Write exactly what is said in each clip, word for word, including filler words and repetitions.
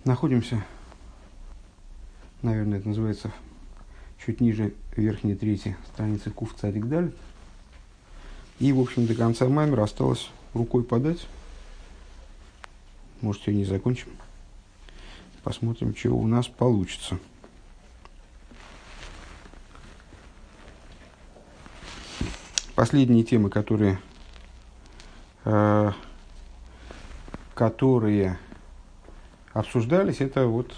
Находимся, наверное, это называется чуть ниже верхней трети страницы Кув Цадик Даль. И, в общем, до конца маймера осталось рукой подать. Может, ее не закончим. Посмотрим, что у нас получится. Последние темы, которые, э, которые обсуждались, это вот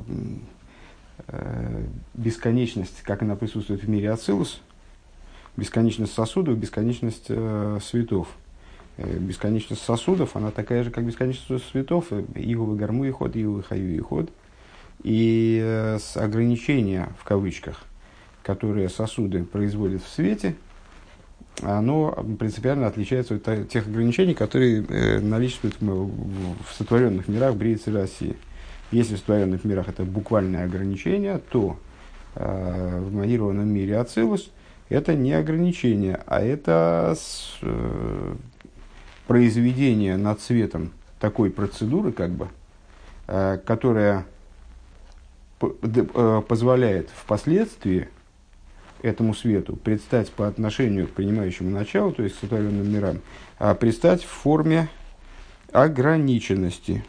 э, бесконечность, как она присутствует в мире Ацилус, бесконечность сосудов, бесконечность э, светов. Э, бесконечность сосудов, она такая же, как бесконечность светов, Иговый Гарму и ход, Иговый Хаю и ход. И э, с ограничения, в кавычках, которые сосуды производят в свете, оно принципиально отличается от тех ограничений, которые э, наличествуют в, в, в сотворенных мирах Бриицы России. Если в сотворенных мирах это буквальное ограничение, то э, в монированном мире Ацилус это не ограничение, а это с, э, произведение над светом такой процедуры, как бы, э, которая п- э, позволяет впоследствии этому свету предстать по отношению к принимающему началу, то есть к сотворенным мирам, а предстать в форме ограниченности.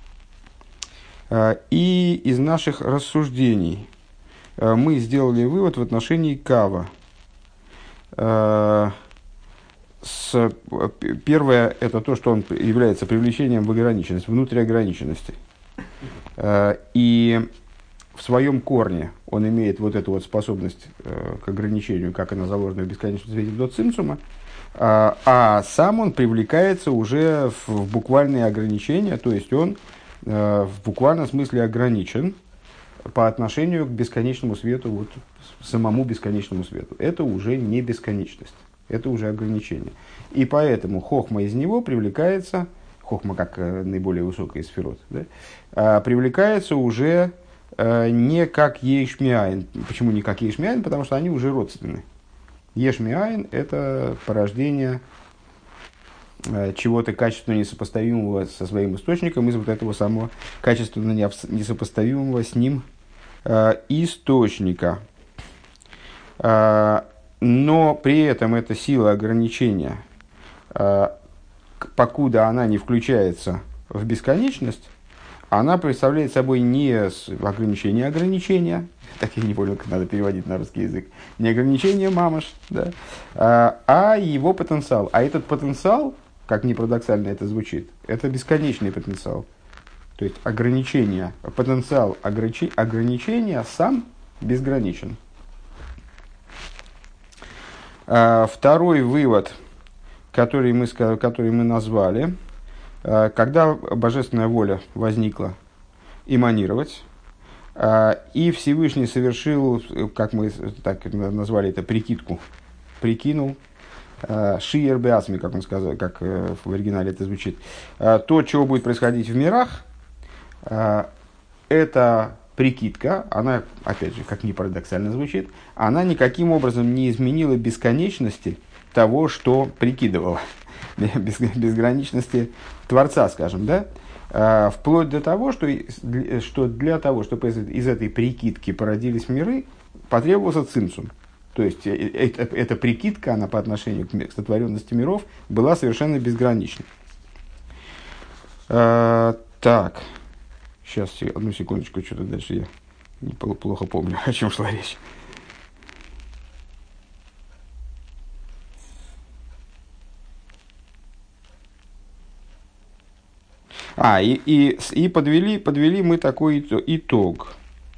И из наших рассуждений мы сделали вывод в отношении Кава. С, первое – это то, что он является привлечением в ограниченность, внутриограниченности. И в своем корне он имеет вот эту вот способность э, к ограничению, как она заложена в бесконечном свете до цимсума, а, а сам он привлекается уже в, в буквальные ограничения, то есть он э, в буквальном смысле ограничен по отношению к бесконечному свету, вот, самому бесконечному свету. Это уже не бесконечность, это уже ограничение. И поэтому хохма из него привлекается, хохма как э, наиболее высокая из сферот, да, э, привлекается уже не как Ешмиайн. Почему не как Ешмиайн? Потому что они уже родственны. Ешмиайн – это порождение чего-то качественно несопоставимого со своим источником из вот этого самого качественно несопоставимого с ним источника. Но при этом эта сила ограничения, покуда она не включается в бесконечность, она представляет собой не ограничение ограничения, так я не понял, как надо переводить на русский язык, не ограничение мамаш, да, а, а его потенциал. А этот потенциал, как ни парадоксально это звучит, это бесконечный потенциал. То есть ограничение, потенциал ограничи, ограничения сам безграничен. А, второй вывод, который мы, который мы назвали, когда божественная воля возникла эманировать, и Всевышний совершил, как мы так назвали это, прикидку, прикинул, шиер беасми, как он сказал, как в оригинале это звучит, то, чего будет происходить в мирах, эта прикидка, она, опять же, как ни парадоксально звучит, она никаким образом не изменила бесконечности того, что прикидывала. Безграничности Творца, скажем, да, а, вплоть до того, что, что для того, чтобы из, из этой прикидки породились миры, потребовался цимсум. То есть, э, э, э, эта прикидка, она по отношению к сотворенности миров была совершенно безграничной. А, так, сейчас, одну секундочку, что-то дальше я не, плохо помню, о чем шла речь. А, и, и, и подвели, подвели мы такой итог.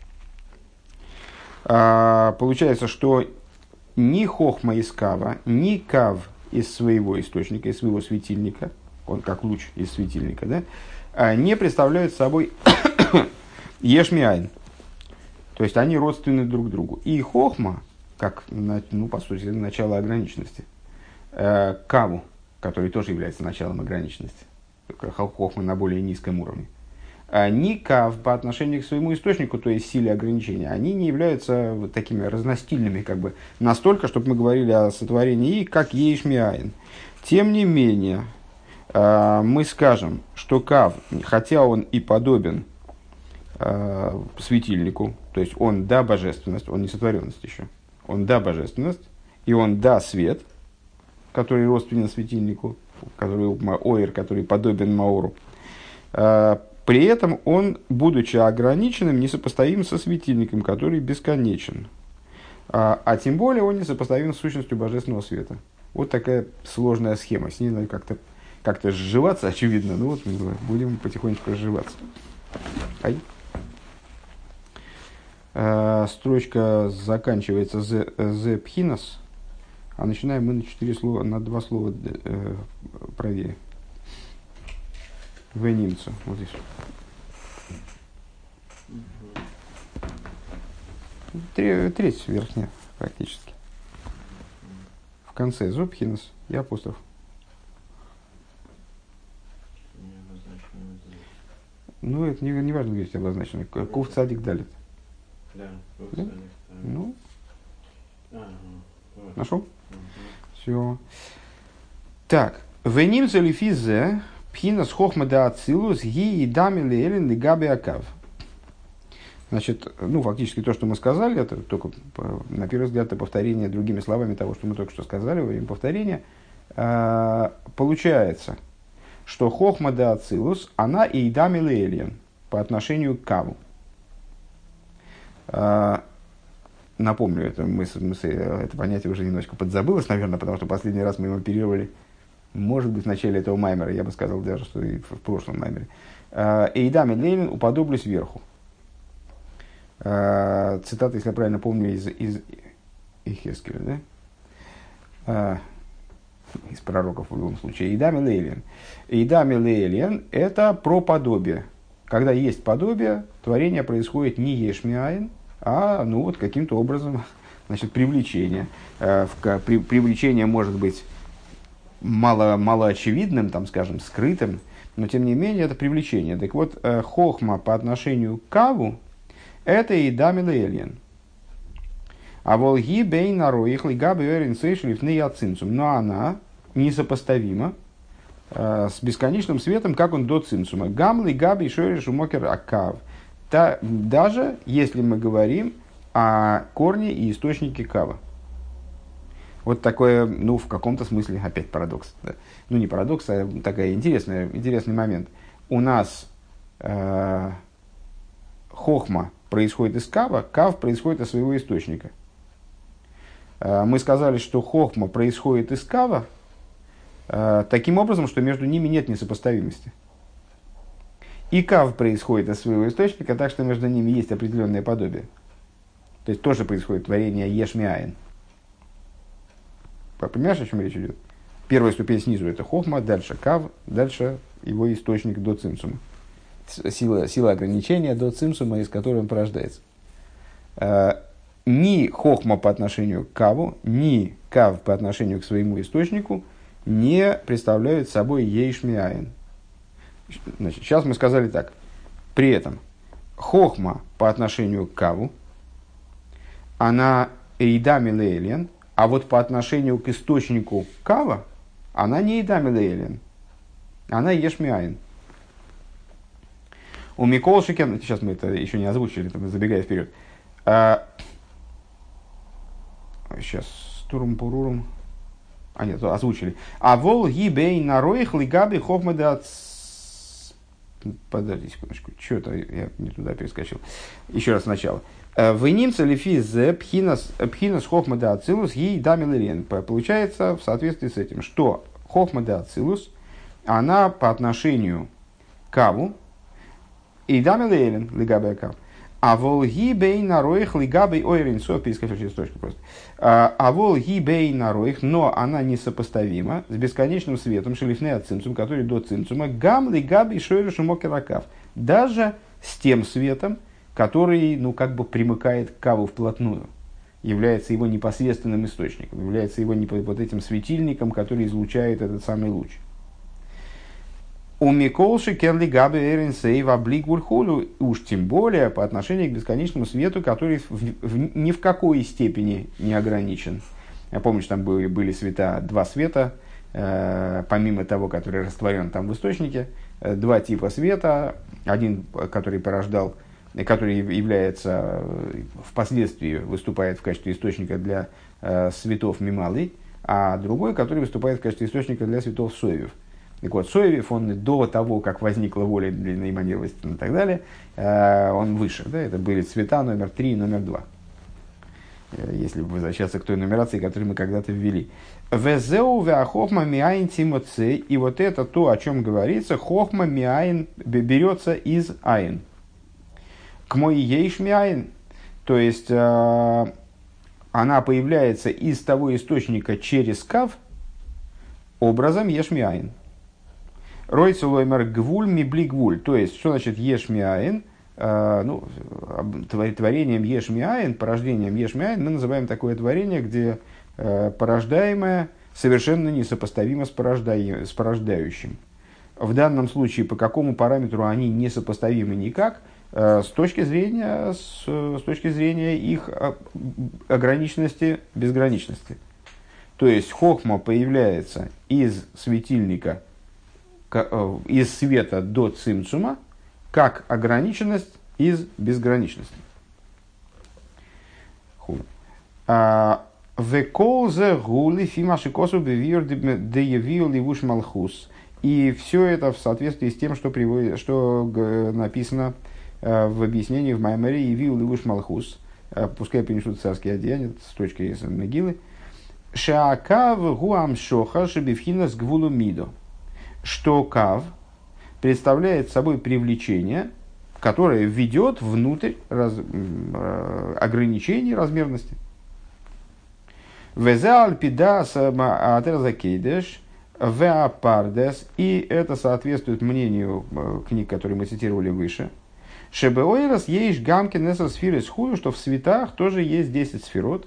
А, получается, что ни хохма из кава, ни кав из своего источника, из своего светильника, он как луч из светильника, да, а, не представляют собой ешмиайн. То есть они родственны друг другу. И хохма, как, ну, по сути, начало ограниченности, а, каву, который тоже является началом ограниченности, хохма на более низком уровне, ни кав по отношению к своему источнику, то есть силе ограничения, они не являются вот такими разностильными, как бы, настолько, чтобы мы говорили о сотворении, как ешмиайн. Тем не менее, мы скажем, что кав, хотя он и подобен э, светильнику, то есть он да божественность, он не сотворенность еще, он да божественность, и он да свет, который родственен светильнику, который оир, который подобен маору. Э, при этом он, будучи ограниченным, несопоставим со светильником, который бесконечен. А, а тем более он несопоставим с сущностью божественного света. Вот такая сложная схема. С ней надо как-то, как-то сживаться, очевидно. Ну вот мы будем потихонечку сживаться. Ай. А, строчка заканчивается «зе пхинас», а начинаем мы на, четыре слова, на два слова э, правее. В немцу. Вот здесь. Треть верхняя, практически. В конце зубхинес и апостроф. Ну, это не, не важно, где это обозначено. Кув цадик далит. Да, кув да? цадик. Ну, ага. Нашел? Угу. Все. Так. Веним залифизе пхинас хохма да ацилус ги и дами леэлен лигаби акав. Значит, ну, фактически то, что мы сказали, это только, на первый взгляд, это повторение другими словами того, что мы только что сказали, во время повторения. Э, получается, что хохма да ацилус, она и идами леэлен по отношению к каву. Э, напомню, это, мы, мы, это понятие уже немножко подзабылось, наверное, потому что последний раз мы его оперировали, может быть, в начале этого маймера, я бы сказал даже, что и в прошлом маймере. Э, идами леэлен уподоблюсь вверху. Uh, цитата, если я правильно помню, из, из Ихескеля, да? Uh, из пророков в любом случае. Идами лейлен. Идами лейлен – это про подобие. Когда есть подобие, творение происходит не ешмиаин, а ну, вот, каким-то образом, значит, привлечение. Uh, в, при, привлечение может быть мало, малоочевидным, там, скажем, скрытым, но тем не менее это привлечение. Так вот, uh, хохма по отношению к каву это и дами лейлен. А волги бей нароих лигаби эрин сейшлиф не яцинцум. Но она несопоставима э, с бесконечным светом, как он до цинцума. Гам лигаби шориш умокер акав. Та, даже если мы говорим о корне и источнике кава. Вот такое, ну, в каком-то смысле, опять парадокс. Да? Ну, не парадокс, а такой интересный, интересный момент. У нас э, хохма происходит из кава, кав происходит из своего источника. Мы сказали, что хохма происходит из кава таким образом, что между ними нет несопоставимости. И кав происходит из своего источника, так что между ними есть определенное подобие. То есть тоже происходит творение ешмиаин. Понимаешь, о чем речь идет? Первая ступень снизу это хохма, дальше кав, дальше его источник до цимсума. Сила, сила ограничения до цимсума, из которой он порождается. Э, ни хохма по отношению к каву, ни кав по отношению к своему источнику не представляют собой ейшмиаин. Значит, сейчас мы сказали так. При этом хохма по отношению к каву, она эйдами лейлен, а вот по отношению к источнику кава, она не эйдами лейлен, она ейшмиаин. У Микол Шикен, сейчас мы это еще не озвучили, там, забегая вперед. А, сейчас, турум-пурурум. А нет, озвучили. А вол гибей нароих лигаби хохмада. Подожди секундочку, что-то я не туда перескочил. Еще раз сначала. В немце лифи зе пхинас хохмада ацилус ей дамилерен. Получается в соответствии с этим, что хохмада ацилус, она по отношению к каву, и дами лейлен, лигабей кав. А волги бей нароих, лигабей ойрин, со, перескочил через точку просто. А волги бей нароих, но она несопоставима с бесконечным светом, шелифнея цинцум, который до цинцума, гам лигабей шойриш умокеракав. Даже с тем светом, который, ну, как бы примыкает к каву вплотную, является его непосредственным источником, является его вот этим светильником, который излучает этот самый луч. У Миколши керли габи эринсей в облик вульхулю, уж тем более по отношению к бесконечному свету, который в, в, ни в какой степени не ограничен. Я помню, что там были, были света, два света, э, помимо того, который растворен там в источнике, э, два типа света. Один, который порождал который является, впоследствии выступает в качестве источника для э, светов Мималы, а другой, который выступает в качестве источника для светов Соевев. Так вот, Соевев, он до того, как возникла воля для наиманирования и так далее, э, он выше. Да? Это были цвета номер три и номер два. Если возвращаться к той нумерации, которую мы когда-то ввели. Везеу веа хохма миаин тимоцей. И вот это то, о чем говорится, хохма миаин берется из айн. К мой ейш миаин. То есть, э, она появляется из того источника через кав, образом еш миаин. Ройцу лоймер гвуль мибли гвуль. То есть, что значит еш миаин? Ну, творением еш миаин, порождением еш миаин, мы называем такое творение, где порождаемое совершенно несопоставимо с, порожда... с порождающим. В данном случае, по какому параметру они несопоставимы никак, с точки зрения, с, с точки зрения их ограниченности, безграничности. То есть, хохма появляется из светильника, из света до цимцума, как ограниченность из безграничности. И все это в соответствии с тем, что, приводит, что написано в объяснении в Маймере «Явил левуш малхус», пускай принесут царские одеяния, с точки из Мегилы, «Шаакав гуам шоха шебивхинас гвулу мидо», что кав представляет собой привлечение, которое ведет внутрь раз, э, ограничений размерности. И это соответствует мнению книг, которые мы цитировали выше. Шебеойрас ейш гамкин эсэр сфиры схую, что в светах тоже есть десять сферот.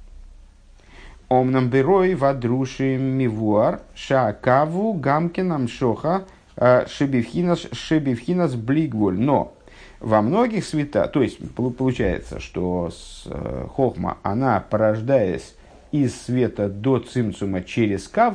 Омнам берой вадруши мивуар шаакаву гамкинам шоха шебивхинас блигволь. Но во многих светах, то есть получается, что хохма, она, порождаясь из света до цимцума через кав,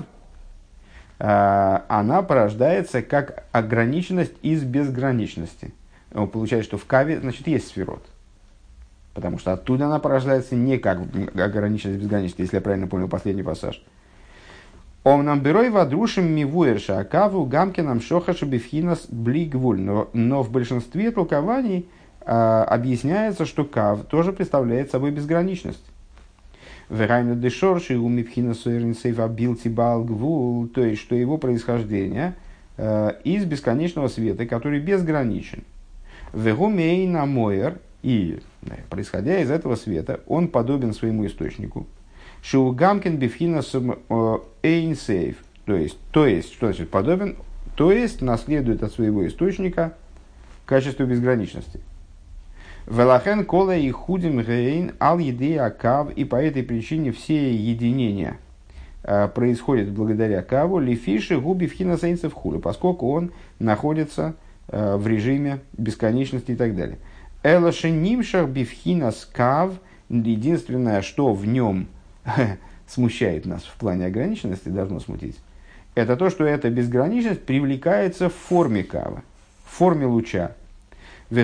она порождается как ограниченность из безграничности. Получается, что в каве, значит, есть сферот. Потому что оттуда она порождается не как ограниченность безграничности, если я правильно понял последний пассаж. Омнам берой вадрушим мивуэрша акаву гамкинам шохаша бифхинас блигвуль. Но, но в большинстве толкований а, объясняется, что кав тоже представляет собой безграничность. Верайна дешорши у мивхинас уэрнсейва билти балгвул. То есть, что его происхождение а, из бесконечного света, который безграничен. Вегумейна моер. И, происходя из этого света, он подобен своему источнику. Шиугамкин бифхинас эйнсейв. То есть, то есть, что значит подобен? То есть, наследует от своего источника качество безграничности. Велахен кола и худим гейн ал едея кав. И по этой причине все единения э, происходят благодаря каву. Лифиши губи бифхинас эйнсейв хулю. Поскольку он находится э, в режиме бесконечности и так далее. Элаши нимшах бифхинас кав. Единственное, что в нем смущает нас в плане ограниченности, должно смутить, это то, что эта безграничность привлекается в форме кава, в форме луча. То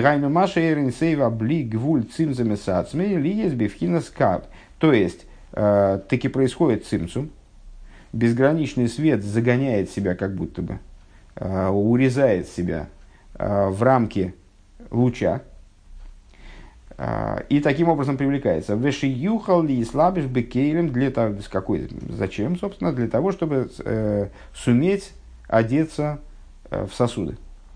есть, э, таки происходит цимцум, безграничный свет загоняет себя как будто бы, э, урезает себя э, в рамки луча, и таким образом привлекается. Вешиюхал ли слабиш бекейлем для того, какой, зачем, собственно, для того, чтобы э, суметь одеться э, в сосуды.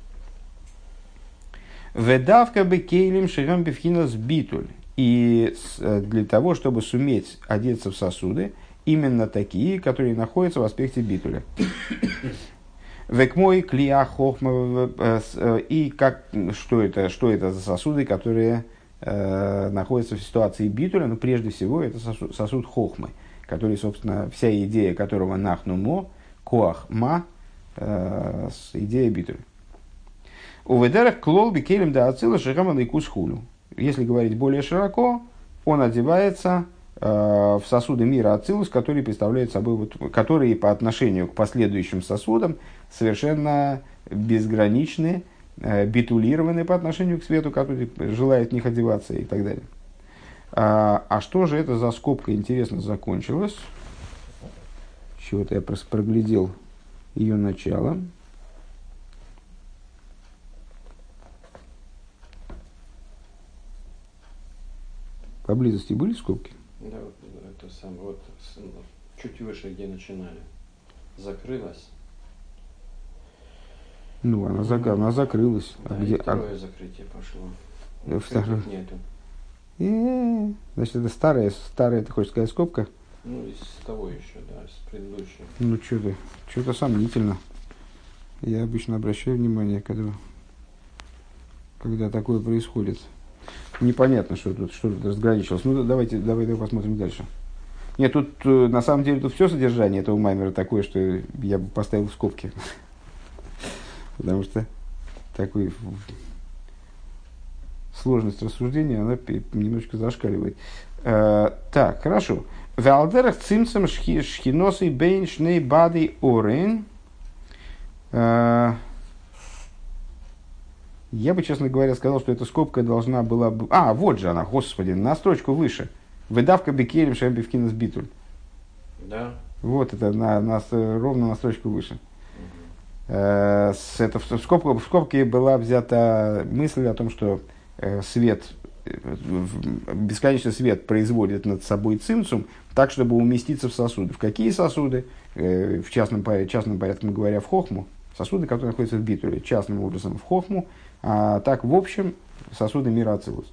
Ведавка бекейлем шигам бифхинас битуль. И э, для того, чтобы суметь одеться в сосуды, именно такие, которые находятся в аспекте битуля. Векмой клиа хохма. И как, что это, что это за сосуды, которые находится в ситуации битуля, но прежде всего это сосуд, сосуд хохмы, который, собственно, вся идея которого нахнумо, коах ма, э, идея битуля. У ведерах клол бикелем да ацила шигама лейкус хулю. Если говорить более широко, он одевается э, в сосуды мира ацилус, которые представляют собой, вот, которые по отношению к последующим сосудам совершенно безграничны э, битулированы по отношению к свету, который желает в них одеваться и так далее. А, а что же это за скобка, интересно, закончилась? Чего-то я просто проглядел ее начало. Поблизости были скобки? Да, вот это самое, вот чуть выше, где начинали. Закрылась. Ну, она, зак... она закрылась. Да, а где... второе а... закрытие пошло. Ну, второе... Нету. Э-э-э. Значит, это старая, старая, ты хочешь сказать, скобка? Ну, из того еще, да, с предыдущего. Ну, что-то, что-то сомнительно. Я обычно обращаю внимание, когда, когда такое происходит. Непонятно, что тут, что тут разграничилось. Ну, давайте, давайте посмотрим дальше. Нет, тут, на самом деле, тут все содержание этого маймера такое, что я бы поставил в скобки. Потому что такой сложность рассуждения, она немножечко зашкаливает. Так, хорошо. Валдерах цимцем шхиносы бейн шней бадей орен. Я бы, честно говоря, сказал, что эта скобка должна была бы... А, вот же она, господи, на строчку выше. Выдавка бекелем шамбивкинес битуль. Да. Вот это на, на, ровно на строчку выше. Угу. Э, с, это, в, скобке, в скобке была взята мысль о том, что э, свет, э, бесконечный свет производит над собой цимцум так, чтобы уместиться в сосуды. В какие сосуды? Э, в частном, частном порядке, мы говоря, в хохму. Сосуды, которые находятся в битуле, частным образом в хохму. А так, в общем, сосуды мира ацилус.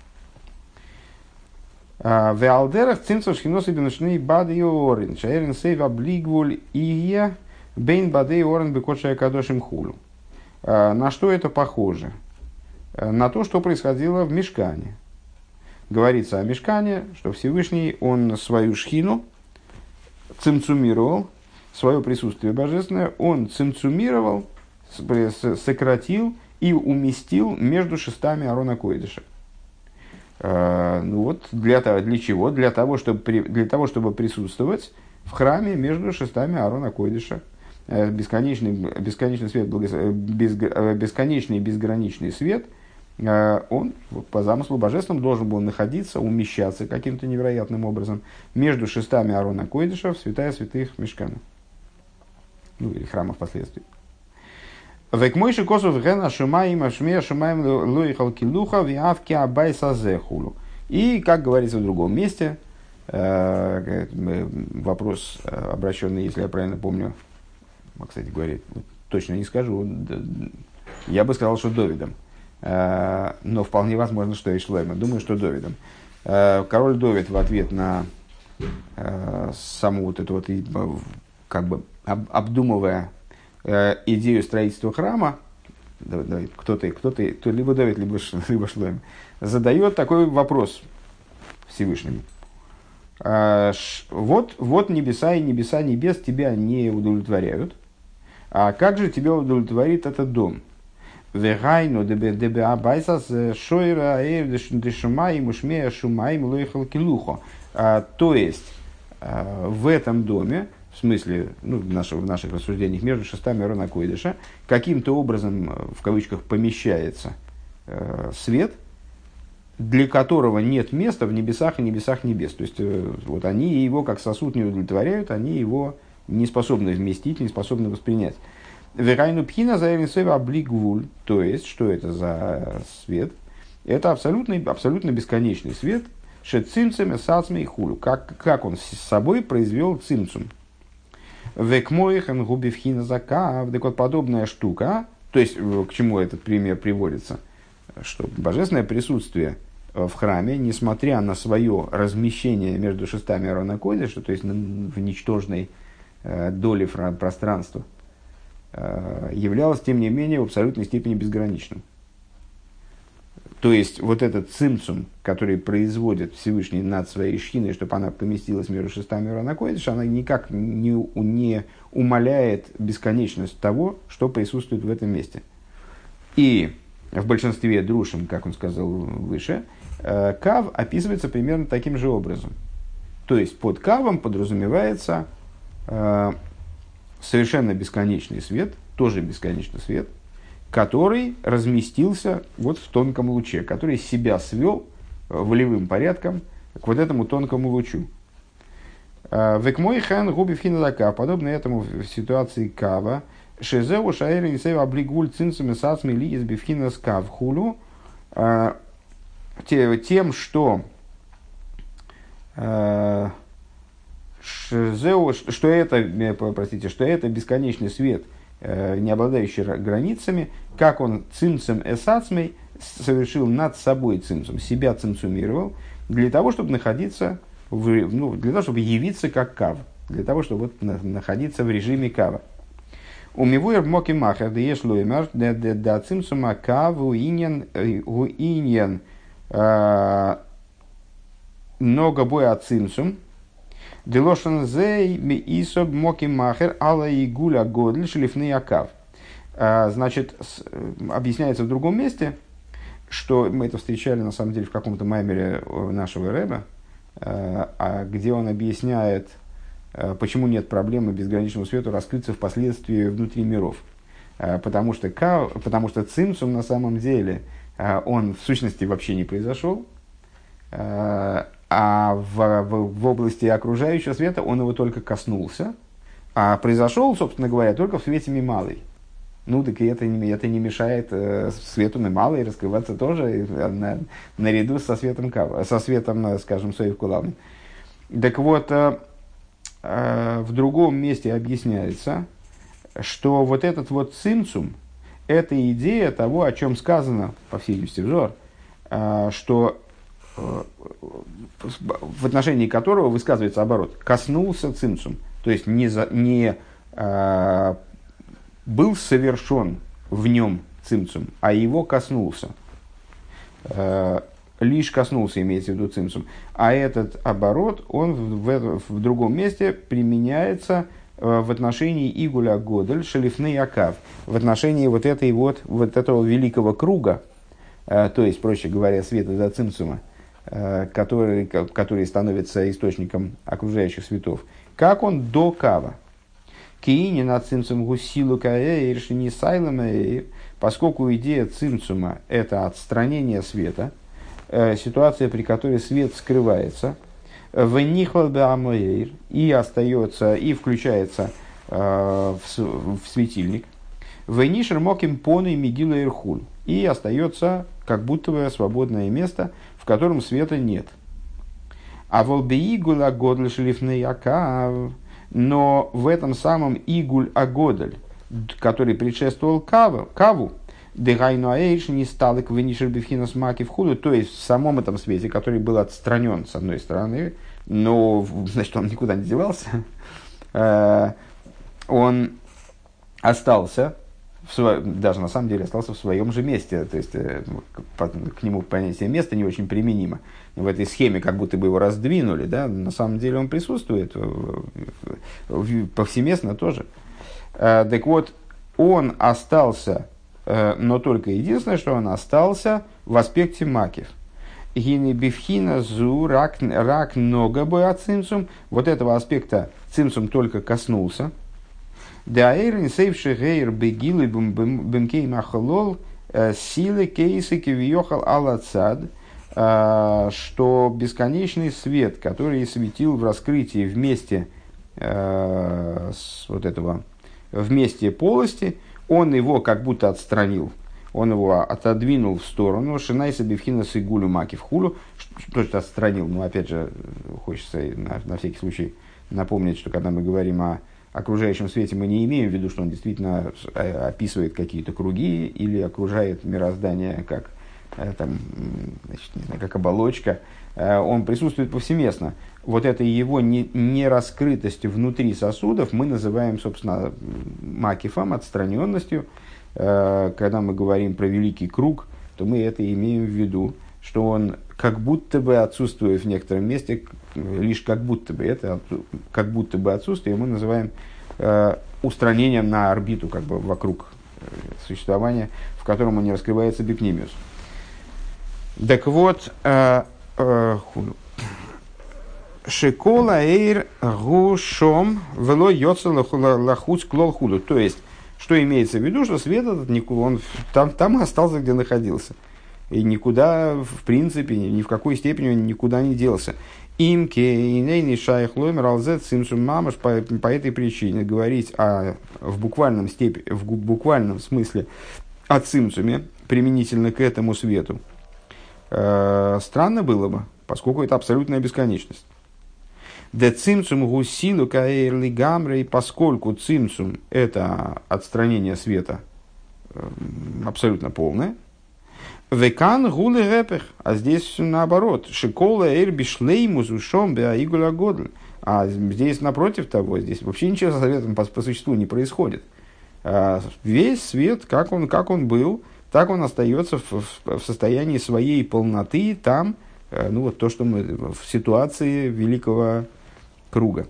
В алдерах цимцов шхинос и бенушны бады и орен. Шаэрен сейв облигвуль ие бейн бады и орен бекотшая кадошим хулу. На что это похоже? На то, что происходило в Мишкане. Говорится о Мишкане, что Всевышний, он свою шхину цимцумировал, свое присутствие божественное, он цимцумировал, сократил и уместил между шестами Аарона Койдыша. Uh, ну вот, для, того, для чего? Для того, чтобы, для того, чтобы присутствовать в храме между шестами Аарона Койдыша. Uh, бесконечный, бесконечный свет, без, бесконечный безграничный свет, uh, он по замыслу божественному должен был находиться, умещаться каким-то невероятным образом между шестами Аарона Койдыша в святая святых Мишкана. Ну или храма впоследствии. Век мойши косов гена шумаим ашмея шумаим лоихал килуха виавки абайса зехулу. И, как говорится в другом месте, вопрос обращенный, если я правильно помню, кстати говоря, точно не скажу, я бы сказал, что Довидом, но вполне возможно, что и Шлойма. Думаю, что Довидом. Король Довид в ответ на саму вот эту вот, как бы обдумывая идею строительства храма, кто-то, кто-то, кто либо Давид, либо, либо Шлойм, задает такой вопрос Всевышнему. Вот, вот небеса и небеса небес тебя не удовлетворяют, а как же тебя удовлетворит этот дом? То есть, в этом доме, в смысле, ну, в, наших, в наших рассуждениях, между шестами Аарона Койдыша, каким-то образом, в кавычках, помещается э, свет, для которого нет места в небесах и небесах небес. То есть, э, вот они его как сосуд не удовлетворяют, они его не способны вместить, не способны воспринять. Верайну пхина заявленсева облигвуль, то есть, что это за свет? Это абсолютно, абсолютно бесконечный свет, шецимцем, сацме и хулю. Как, как он с собой произвел цимцум. Векмоихан губивхина закав, так вот подобная штука, то есть к чему этот пример приводится, что божественное присутствие в храме, несмотря на свое размещение между шестами Аарона Койдыша, то есть в ничтожной э, доле пространства, э, являлось тем не менее в абсолютной степени безграничным. То есть, вот этот цимцум, который производит Всевышний над своей шхиной, чтобы она поместилась между шестами Аарона Койдыша, она никак не, не умаляет бесконечность того, что присутствует в этом месте. И в большинстве друшим, как он сказал выше, кав описывается примерно таким же образом. То есть, под кавом подразумевается совершенно бесконечный свет, тоже бесконечный свет, который разместился вот в тонком луче, который себя свел волевым порядком к вот этому тонкому лучу. Векмой хан губи финадака, подобно этому в ситуации кава, шезеу шаэр нисею облигуль цинцами сацми ли из бифхина скав хулу, тем, что шезеу, что это, простите, что это бесконечный свет, не обладающий границами, как он цимцем эсацмей совершил над собой цимцем, себя цимцумировал, для того, чтобы находиться, в, ну, для того, чтобы явиться как кав, для того, чтобы вот находиться в режиме кава. У мивуэр моки махер да еш лоймар да цимцума кав уинен уинен много боя цимцум делошен зей ми исоб моки махер ала и гуля годль шлифный акав. Значит, объясняется в другом месте, что мы это встречали на самом деле в каком-то маймере нашего рэба, где он объясняет, почему нет проблемы безграничному свету раскрыться впоследствии внутри миров. Потому что, потому что цимцум на самом деле, он в сущности вообще не произошел, а в, в, в области окружающего света он его только коснулся, а произошел, собственно говоря, только в свете мималой. Ну, так и это не, это не мешает э, свету мималой раскрываться тоже на, наряду со светом, кава, со светом, скажем, соев кулавным. Так вот, э, э, в другом месте объясняется, что вот этот вот цимцум, это идея того, о чем сказано, по всей видимости, в Зоар, э, что э, в отношении которого высказывается оборот, коснулся цимцум, то есть не, за, не э, был совершен в нем цимцум, а его коснулся. Э, лишь коснулся, имеется в виду цимцум. А этот оборот, он в, в, в другом месте применяется э, в отношении игуля годель шелифный акав, в отношении вот, этой вот, вот этого великого круга, э, то есть, проще говоря, света до цимцума, э, который, который становится источником окружающих светов. Как он до кава? Киини на цимцум гусилу каэйр шини сайлэмэйр, поскольку идея цимцума – это отстранение света, э, ситуация, при которой свет скрывается, вэнихлал бэамэйр, и остается, и включается э, в, в светильник, вэнишер моким поной мигила ирхуль, и остается как будто бы свободное место, в котором света нет. А волбеигула годль шлифный акав, но в этом самом игуль агодель, который предшествовал каву, каву дегайну аэйш не стал к венишер бифхина смаки в худу, то есть в самом этом свете, который был отстранен с одной стороны, но значит он никуда не девался, он остался, в сво... даже на самом деле остался в своем же месте, то есть к нему понятие места не очень применимо. В этой схеме как будто бы его раздвинули, да? На самом деле он присутствует повсеместно тоже. Так вот, он остался, но только единственное, что он остался в аспекте макив. Гини бифхина зу рак нога боя цимсум. Вот этого аспекта цимсум только коснулся. Даэйрин сейвши гейр бегилы бемкей махалол силы кейсы кивиохал алацад. Что бесконечный свет, который светил в раскрытии вместе э, с вот этого, вместе полости, он его как будто отстранил, он его отодвинул в сторону, шинайса бифхина сигулю маки в хулю, что же отстранил, ну опять же, хочется на, на всякий случай напомнить, что когда мы говорим о окружающем свете, мы не имеем в виду, что он действительно описывает какие-то круги или окружает мироздание как там, значит, не знаю, как оболочка, он присутствует повсеместно. Вот этой его нераскрытостью внутри сосудов мы называем, собственно, макифом, отстраненностью. Когда мы говорим про великий круг, то мы это имеем в виду, что он как будто бы отсутствует в некотором месте, лишь как будто бы. Это как будто бы отсутствие мы называем устранением на орбиту, как бы вокруг существования, в котором он не раскрывается бипнимиус. Так вот, шикола эйр гушом вело йоца лахуц клол худу. То есть, Что имеется в виду, что свет этот никуда, он там, там остался, где находился. И никуда, в принципе, ни в какой степени он никуда не делся. Имке и нейни шайх лоймер алзет цимсум мамаш, по этой причине говорить о, в, буквальном степени, в буквальном смысле о цимсуме применительно к этому свету э, странно было бы, поскольку это абсолютная бесконечность. Де цимсум гусилу каэрли гамрей, поскольку цимсум – это отстранение света э, абсолютно полное. Векан гулы рэпэх, а здесь наоборот. Шикола эрби шлеймус ушом беаигуля годль. А здесь напротив того, здесь вообще ничего со светом по, по существу не происходит. А весь свет, как он, как он был, так он остается в, в, в состоянии своей полноты там, ну вот то, что мы в ситуации великого круга.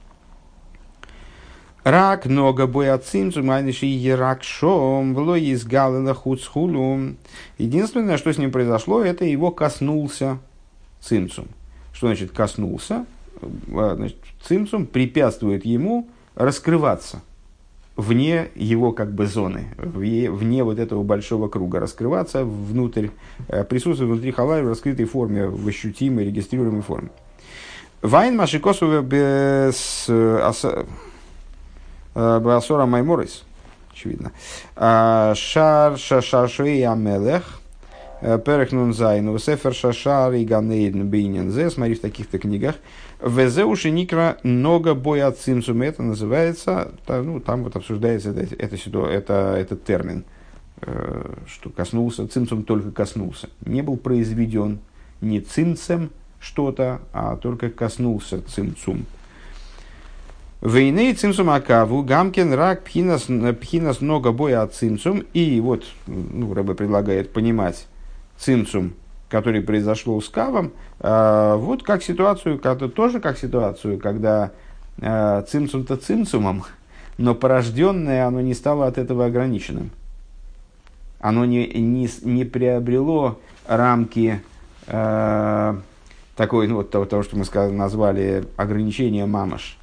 Рак нога боя цимцум, айниши ерак шом, вло из галена хуцхулум. Единственное, что с ним произошло, это его коснулся цимцум. Что значит коснулся? Значит, цимцум препятствует ему раскрываться вне его как бы зоны, вне, вне вот этого большого круга, раскрываться внутрь, присутствовать внутри халай в раскрытой форме, в ощутимой, регистрируемой форме. Вайн машикосу без Басора Майморис, очевидно. Шар шашашей амелех, перехнун зайну, сефер шашар и ганейдн бейнензе, смотри в таких-то книгах. Везе уши никра нога боя цимсум, это называется, ну, там вот обсуждается это, это, это, этот термин, что коснулся, цимсум только коснулся. Не был произведен не цимцем что-то, а только коснулся цимцум. Вейней цимсум акаву, гамкен рак пхинас, пхинас много боя от цимсум. И вот, ну, Рэбе предлагает понимать цимсум, который произошел с кавом, э, вот как ситуацию, как, тоже как ситуацию, когда э, цимсум-то цимсумом, но порожденное оно не стало от этого ограниченным. Оно не, не, не приобрело рамки э, такой, ну, вот того, того, что мы сказали, назвали ограничение мамаш.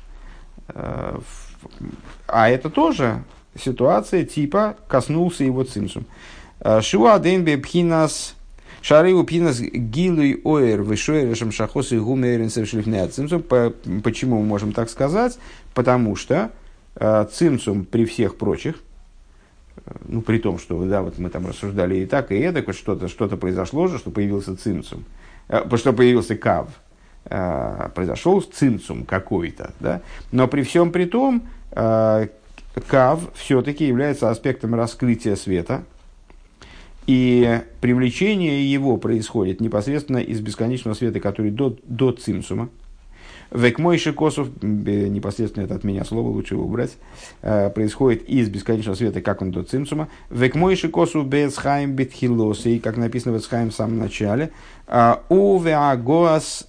А это тоже ситуация типа коснулся его цимсум. Шуа денбе пхинас шарыу пхинас гилуй оэр вышуэрешем шахос и гумерин совершливнея цимсум. Почему мы можем так сказать? Потому что цимсум при всех прочих, ну при том, что да, вот мы там рассуждали и так, и это, что-то, что-то произошло же, что появился цимсум, что появился кав. Произошел цимцум какой-то, да? Но при всем при том, кав все-таки является аспектом раскрытия света, и привлечение его происходит непосредственно из бесконечного света, который до, до цимцума. Век мой шикосов, непосредственно это от меня слово, лучше его убрать, происходит из бесконечного света, как он до цимцума. Век мой шикосов без хайм битхилоси, как написано в Эцхайм в самом начале. Уве агоас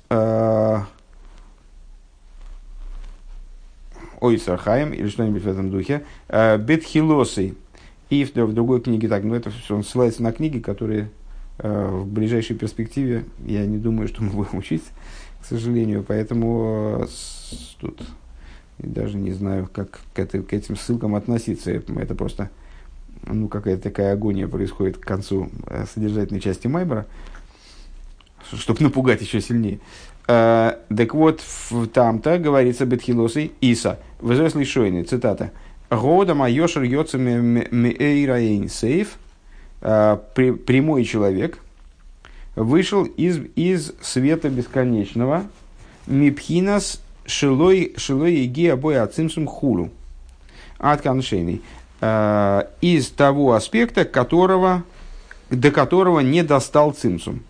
ойсархайм, или что-нибудь в этом духе, битхилоси. И в, в другой книге, так, ну это он ссылается на книги, которые в ближайшей перспективе, я не думаю, что мы будем учить, к сожалению, поэтому тут даже не знаю, как к, это, к этим ссылкам относиться. Это просто, ну, какая-то такая агония происходит к концу содержательной части Маймера, чтобы напугать еще сильнее. Uh, так вот, там-то говорится Бетхилосой Иса, взрослый шойный, цитата, «Года майошер йоцами мейраэйн сейф», прямой человек, вышел из, из света бесконечного, мипхинас шилой шилой иги обои ацимсум хулу, от каншейный, из того аспекта, которого, до которого не достал цимсум.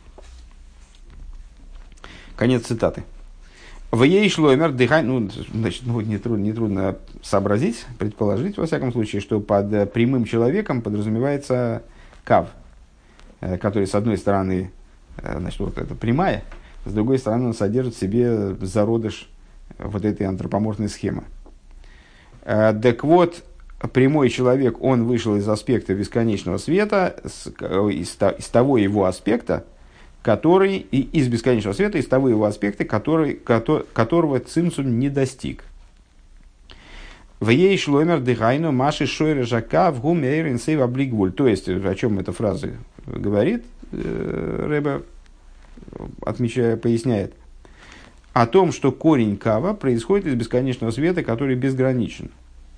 Конец цитаты. В ей шломер дыхай, ну, значит, ну, нетрудно, нетрудно сообразить, предположить, во всяком случае, что под прямым человеком подразумевается кав, который, с одной стороны, значит, вот это прямая, с другой стороны, он содержит в себе зародыш вот этой антропоморфной схемы. Так вот, прямой человек, он вышел из аспекта бесконечного света, из, из того его аспекта, который, из бесконечного света, из того его аспекта, который, который, которого цимсум не достиг. В ей шломер дыхайну маши шойра жака в гумейр инсейв облигвуль. То есть, о чем эта фраза говорит, Ребе, отмечая, поясняет, о том, что корень кава происходит из бесконечного света, который безграничен.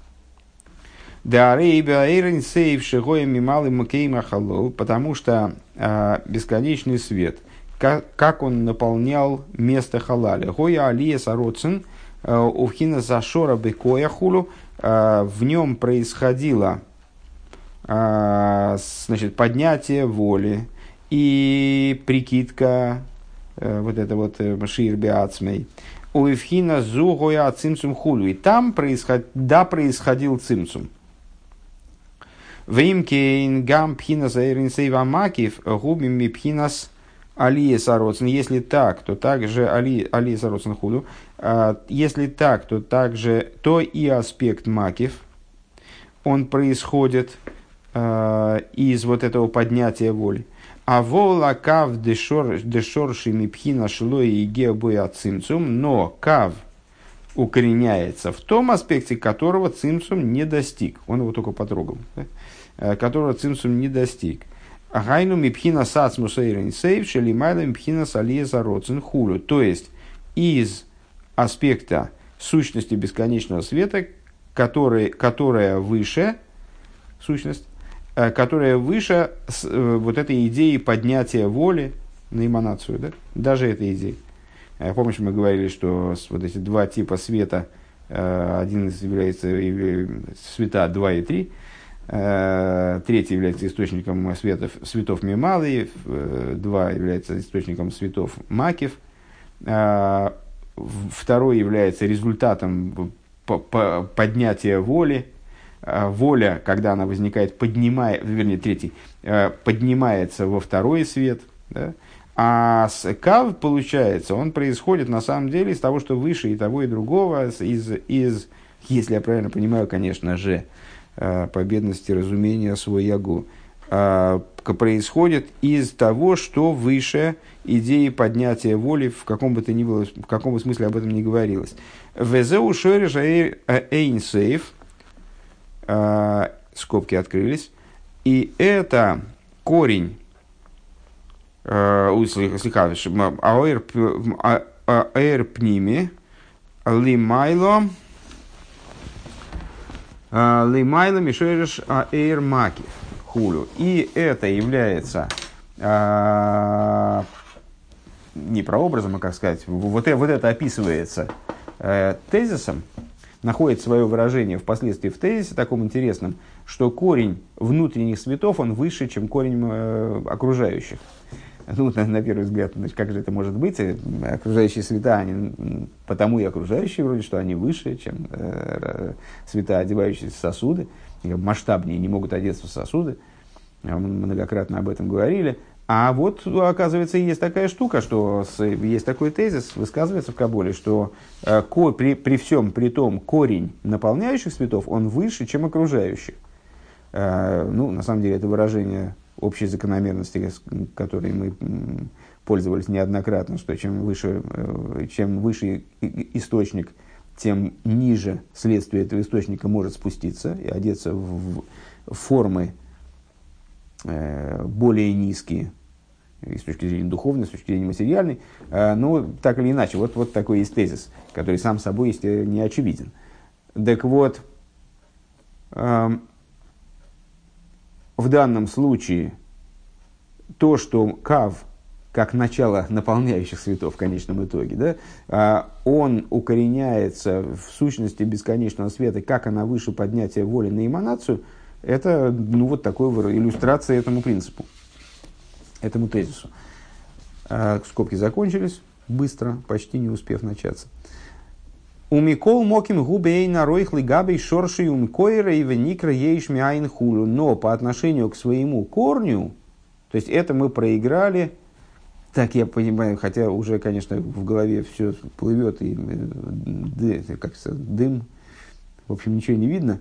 Потому что э, бесконечный свет, как, как он наполнял место халаля. Гоя алия сароцин увхина зашора бекоя хулу. В нем происходило э, значит, поднятие воли и прикидка, э, вот это вот шир беацмей. Увхина зу гоя цимцум хулу. И там происход, да, происходил цимцум. Вимкейн гам пхинас аэринсейва макив губим ми пхинас алия сароцин. Если так, то также али алия сароцин худу. Если так, то также то и аспект макив, он происходит э, из вот этого поднятия воли. А вола кав дешорши ми пхина шло и геобоя цимцум, но кав укореняется в том аспекте, которого цимцум не достиг. Он его только потрогал. Да? Которого цимцум не достиг. Гайну мипхина сацмус эйрен сейв шелимайла мипхина салия зароцин хулю. То есть, из аспекта сущности бесконечного света, который, которая выше, сущность, которая выше вот этой идеи поднятия воли на эманацию, да? Даже этой идеи. Помнишь, мы говорили, что вот эти два типа света, один из является света два и три, третий является источником светов, светов Мемалы, два является источником светов Макив, второй является результатом поднятия воли. Воля, когда она возникает, поднимает, вернее, третий, поднимается во второй свет, да? А кав, получается, он происходит на самом деле из того, что выше и того, и другого, из, из если я правильно понимаю, конечно же, по бедности разумения свой ягу, происходит из того, что выше идеи поднятия воли, в каком бы то ни было, в каком бы смысле об этом не говорилось. Везеу шореш эйнсейф, скобки открылись, и это корень аэр пними лимайло лимайло мишереш аэр макив хулю. И это является а, не прообразом, а как сказать, вот, вот это описывается а, тезисом, находит свое выражение впоследствии в тезисе таком интересном, что корень внутренних светов, он выше, чем корень э, окружающих. Ну, на, на первый взгляд, значит, как же это может быть? Окружающие света, они потому и окружающие, вроде, что они выше, чем э, света, одевающиеся в сосуды, масштабнее не могут одеться в сосуды. Мы многократно об этом говорили. А вот, оказывается, есть такая штука, что с, есть такой тезис, высказывается в Каболе, что э, ко, при, при всем при том корень наполняющих светов, он выше, чем окружающих. Э, ну, на самом деле, это выражение общей закономерности, которой мы пользовались неоднократно, что чем выше, э, чем выше источник, тем ниже следствие этого источника может спуститься и одеться в, в формы э, более низкие, и с точки зрения духовной, с точки зрения материальной, э, но так или иначе, вот, вот такой есть тезис, который сам собой есть не очевиден. Так вот, э, в данном случае то, что кав, как начало наполняющих светов в конечном итоге, да, э, он укореняется в сущности бесконечного света, как она выше поднятия воли на эманацию, это ну, вот такой иллюстрация этому принципу, этому тезису. Э, скобки закончились быстро, почти не успев начаться. Умикол моким губей наройхли габей шорши умкойра и веникра ейшми айн хулю. Но по отношению к своему корню, то есть это мы проиграли, так я понимаю, хотя уже, конечно, в голове все плывет и как дым, в общем, ничего не видно.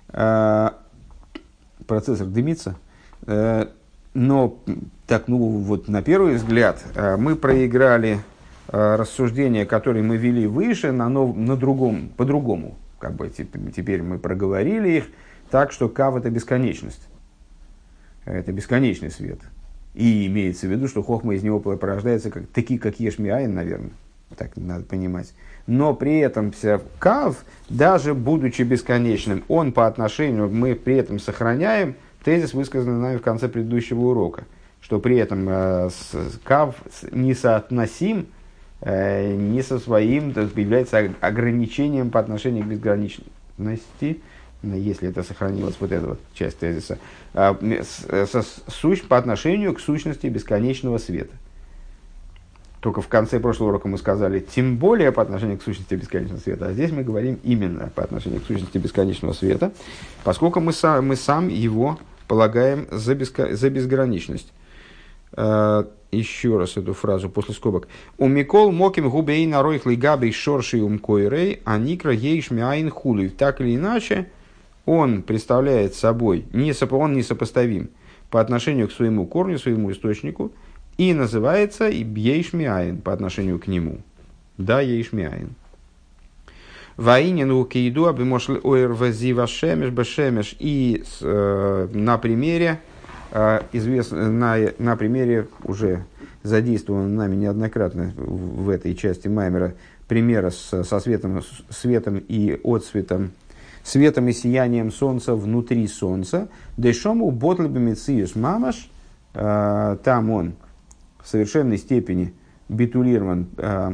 Процессор дымится. Но так, ну вот на первый взгляд мы проиграли рассуждения, которые мы вели выше, на, нов, на другом, по-другому, как бы теперь мы проговорили их так, что кав это бесконечность. Это бесконечный свет. И имеется в виду, что хохма из него порождается как, такие, как ешмиаин, наверное. Так надо понимать. Но при этом кав, даже будучи бесконечным, он по отношению, мы при этом сохраняем тезис, высказанный нами в конце предыдущего урока, что при этом э, с, кав несоотносим э, не со своим, то есть является ограничением по отношению к безграничности, если это сохранилась вот эта вот часть тезиса, э, с, со, сущ, по отношению к сущности бесконечного света. Только в конце прошлого урока мы сказали, тем более по отношению к сущности бесконечного света. А здесь мы говорим именно по отношению к сущности бесконечного света, поскольку мы сам, мы сам его полагаем за, беско, за безграничность. Uh, еще раз эту фразу после скобок. У Микол моким губей наройх лигабей шорши умкойрей, а никра ейш мяйн хули. Так или иначе, он представляет собой, он несопоставим по отношению к своему корню, своему источнику, и называется ейш мяйн по отношению к нему. Да, ейш мяйн. Ваинин у кейду абимошл оэр вазива шемеш бешемеш. И э, на примере Известно, на, на примере, уже задействованного нами неоднократно в, в этой части Маймера, примера с, со светом, светом и отсветом, светом и сиянием солнца внутри солнца. Дэшому ботлбемициюс мамаш, там он в совершенной степени битулирован,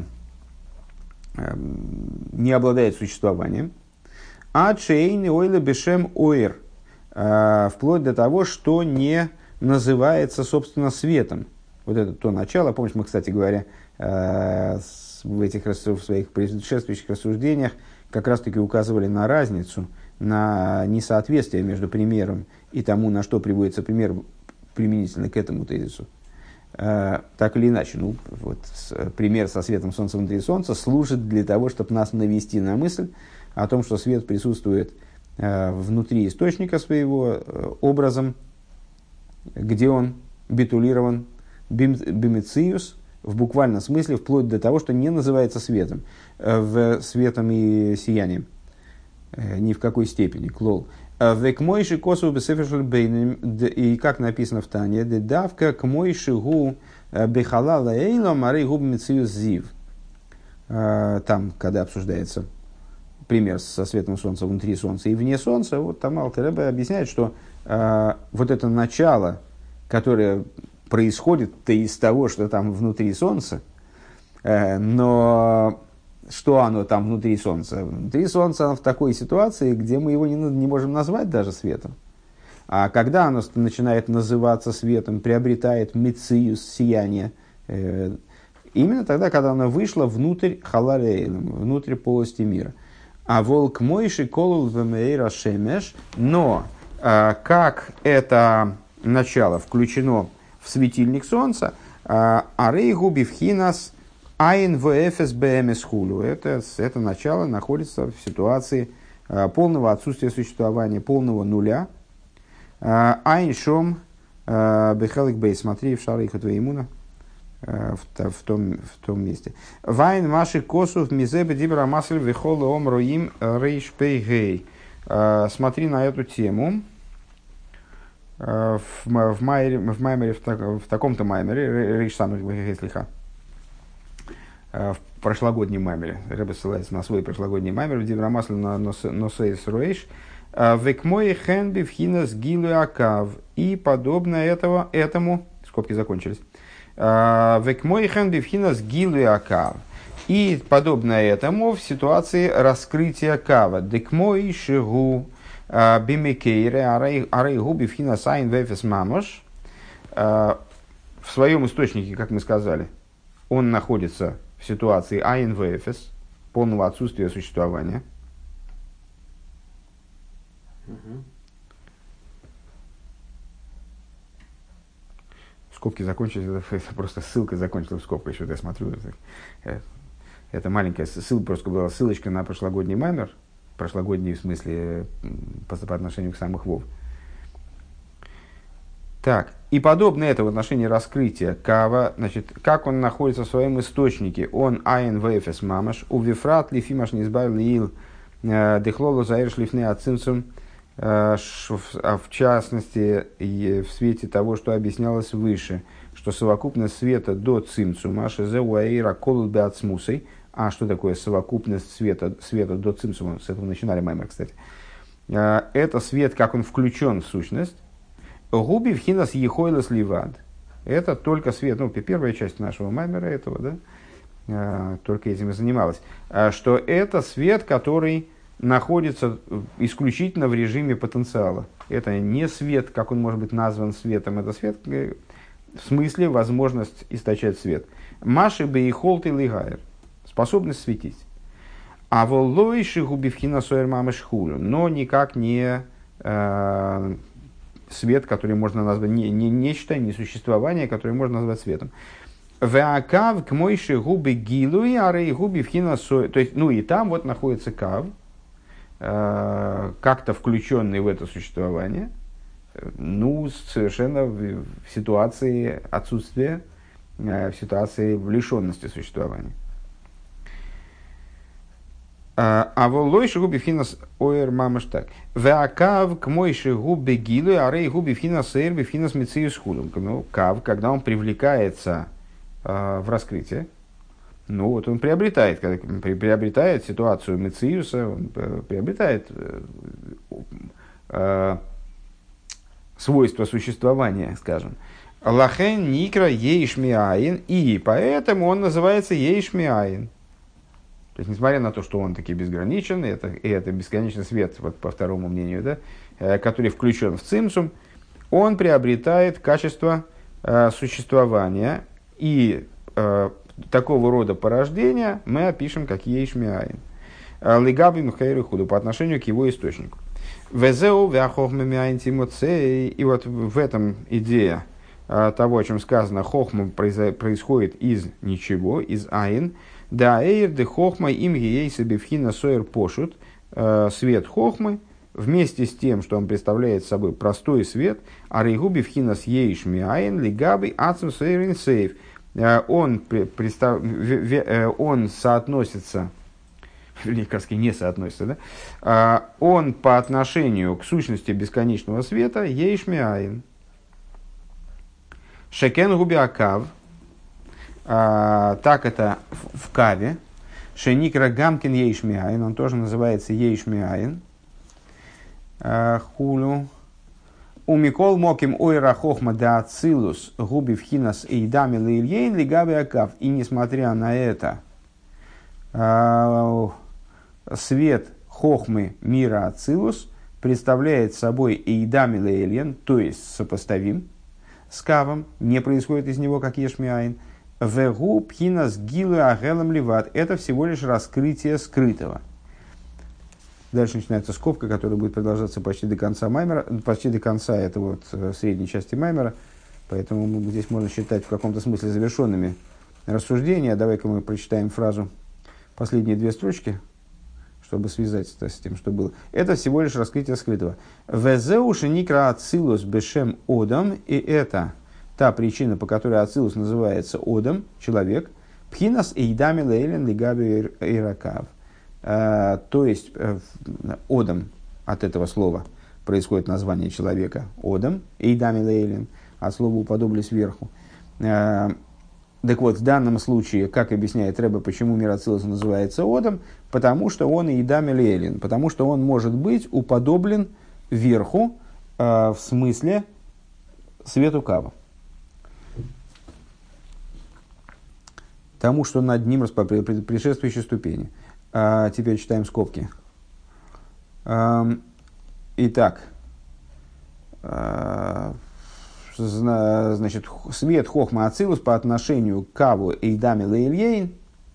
не обладает существованием. А чейни ойле бешем оэр, вплоть до того, что не называется, собственно, светом. Вот это то начало. Помнишь, мы, кстати говоря, в этих в своих предшествующих рассуждениях как раз-таки указывали на разницу, на несоответствие между примером и тому, на что приводится пример применительно к этому тезису. Так или иначе, ну, вот, пример со светом солнца внутри солнца служит для того, чтобы нас навести на мысль о том, что свет присутствует внутри источника своего образом, где он битулирован, бимециюс, в буквальном смысле, вплоть до того, что не называется светом, в светом и сиянием, ни в какой степени, клол. И как написано в Тане, давка к мойши гу бехалала эйло марей губ мециюс зив. Там, когда обсуждается пример со светом солнца внутри солнца и вне солнца, вот там Алтер Ребе объясняет, что э, вот это начало, которое происходит-то из того, что там внутри солнца, э, но что оно там внутри солнца? Внутри солнца оно в такой ситуации, где мы его не, не можем назвать даже светом. А когда оно начинает называться светом, приобретает мециюс, сияние, э, именно тогда, когда оно вышло внутрь халарейлем, внутрь полости мира. А волк мойши колул вмейра шемеш, но а, как это начало включено в светильник солнца, арей губи вхинас айн вэфэс бэмэс хулю. Это, это начало находится в ситуации а, полного отсутствия существования, полного нуля. Айн шом бехалик бэй. Смотри в шарейху твоимуна. В, в, том, в том месте. Вайн маши косов мизебе дибра масль вихолы омруим рейш пейгей. Смотри на эту тему в, в, майре, в, маймере, в, так, в таком-то маймере, рейш самых слиха, в прошлогоднем маймере. Ребе ссылается на свой прошлогодний маймер в дибра масль на носейс рейш. Векмой хенби вхинас гилу акав. И подобное этого, этому, скобки закончились. И подобное этому в ситуации раскрытия кава. Декмой шигу бимекейре арейгу бифхина сайн вефес мамош. В своем источнике, как мы сказали, он находится в ситуации айн вефес, полного отсутствия существования. Скобки закончились, это просто ссылка закончилась в скобках, еще я смотрю. Это, это маленькая ссылка, просто была ссылочка на прошлогодний маймер, прошлогодний в смысле по, по отношению к самых вов. Так, и подобно это в отношении раскрытия кава, значит, как он находится в своем источнике, он айн вэфэс мамаш, у вифрат лифимаш низбай лиил Дехлолу заэр шлифны ацинцум, в частности, в свете того, что объяснялось выше, что совокупность света до цимцума, шезе уаэйра колут беацмусой. А что такое совокупность света, света до цимцума? С этого начинали маймер, кстати. Это свет, как он включен в сущность. Губи вхинас ехойлас ливад. Это только свет, ну, первая часть нашего маймера этого, да, только этим и занималась. Что это свет, который находится исключительно в режиме потенциала. Это не свет, как он может быть назван светом, это свет в смысле возможность источать свет. Маши бейхолты лигайр. Способность светить. А воллойши губивхина соэр мамышхулю. Но никак не э, свет, который можно назвать, не, не нечто, не существование, которое можно назвать светом. Веакав к мойши губи гилуи, арей губивхина соэр. То есть, ну и там вот находится кав, э, как-то включенный в это существование, ну, совершенно в, в ситуации отсутствия, э, в ситуации лишенности существования. А воллойши губи финас оэр мамаш так. Веакав к мойши губи гилу, арей губи финас эйр би финас мициюс хулем. Ну, кав, когда он привлекается э, в раскрытие, ну вот он приобретает, когда приобретает ситуацию мициюса, он приобретает э, э, свойства существования, скажем. Лахен никра ейшмиаин, и поэтому он называется ейшмиаин. То есть, несмотря на то, что он таки безграничен, это, и это бесконечный свет, вот по второму мнению, да, э, который включен в цимсум, он приобретает качество э, существования. И э, такого рода порождения мы опишем как ейшмиаин. Лигаби мхайры худу по отношению к его источнику. Везеу вяхохма миаин тимоцей. И вот в этом идея э, того, о чем сказано, хохма происходит из ничего, из айн. Да, эйр де хохма им гейса бифхина соер пошут, свет хохмы, вместе с тем, что он представляет собой простой свет, а рейгу бифхина с ейш миаин лигаби ацм соерин сейф. Он, представ... он соотносится, ликовский не соотносится, да? Он по отношению к сущности бесконечного света ейш миаин. Шекен губи акав. Uh, так это в, в каве. Шеникра гамкин ейшмиаин. Он тоже называется ейшмиаин. Хулю. У Микол моким ойра хохма да ацилус губи вхинас эйдами лейльейн лигаби акав. И несмотря на это, uh, свет хохмы мира ацилус представляет собой эйдами лейльейн, то есть сопоставим с кавом, не происходит из него как ешмиаин. Вегу пхинас гилу агелам ливат. Это всего лишь раскрытие скрытого. Дальше начинается скобка, которая будет продолжаться почти до конца маймера, почти до конца этого вот средней части маймера. Поэтому мы, здесь можно считать в каком-то смысле завершенными рассуждения. Давай-ка мы прочитаем фразу, последние две строчки, чтобы связать это с тем, что было. Это всего лишь раскрытие скрытого. Везеу шеникра ацилус бешем одам. И это та причина, по которой ацилус называется одом, человек, пхинас эйдами лейлен лигаби иракав. То есть, одом от этого слова происходит название человека одом, эйдами лейлен, от слова уподобли сверху. Так вот, в данном случае, как объясняет Ребе, почему мир ацилуса называется одом, потому что он эйдами лейлен, потому что он может быть уподоблен верху, в смысле свету кава. Тому, что над ним предшествующей ступени. А теперь читаем скобки. Итак, значит, свет хохма ацилус по отношению к каву эйдами лейльейн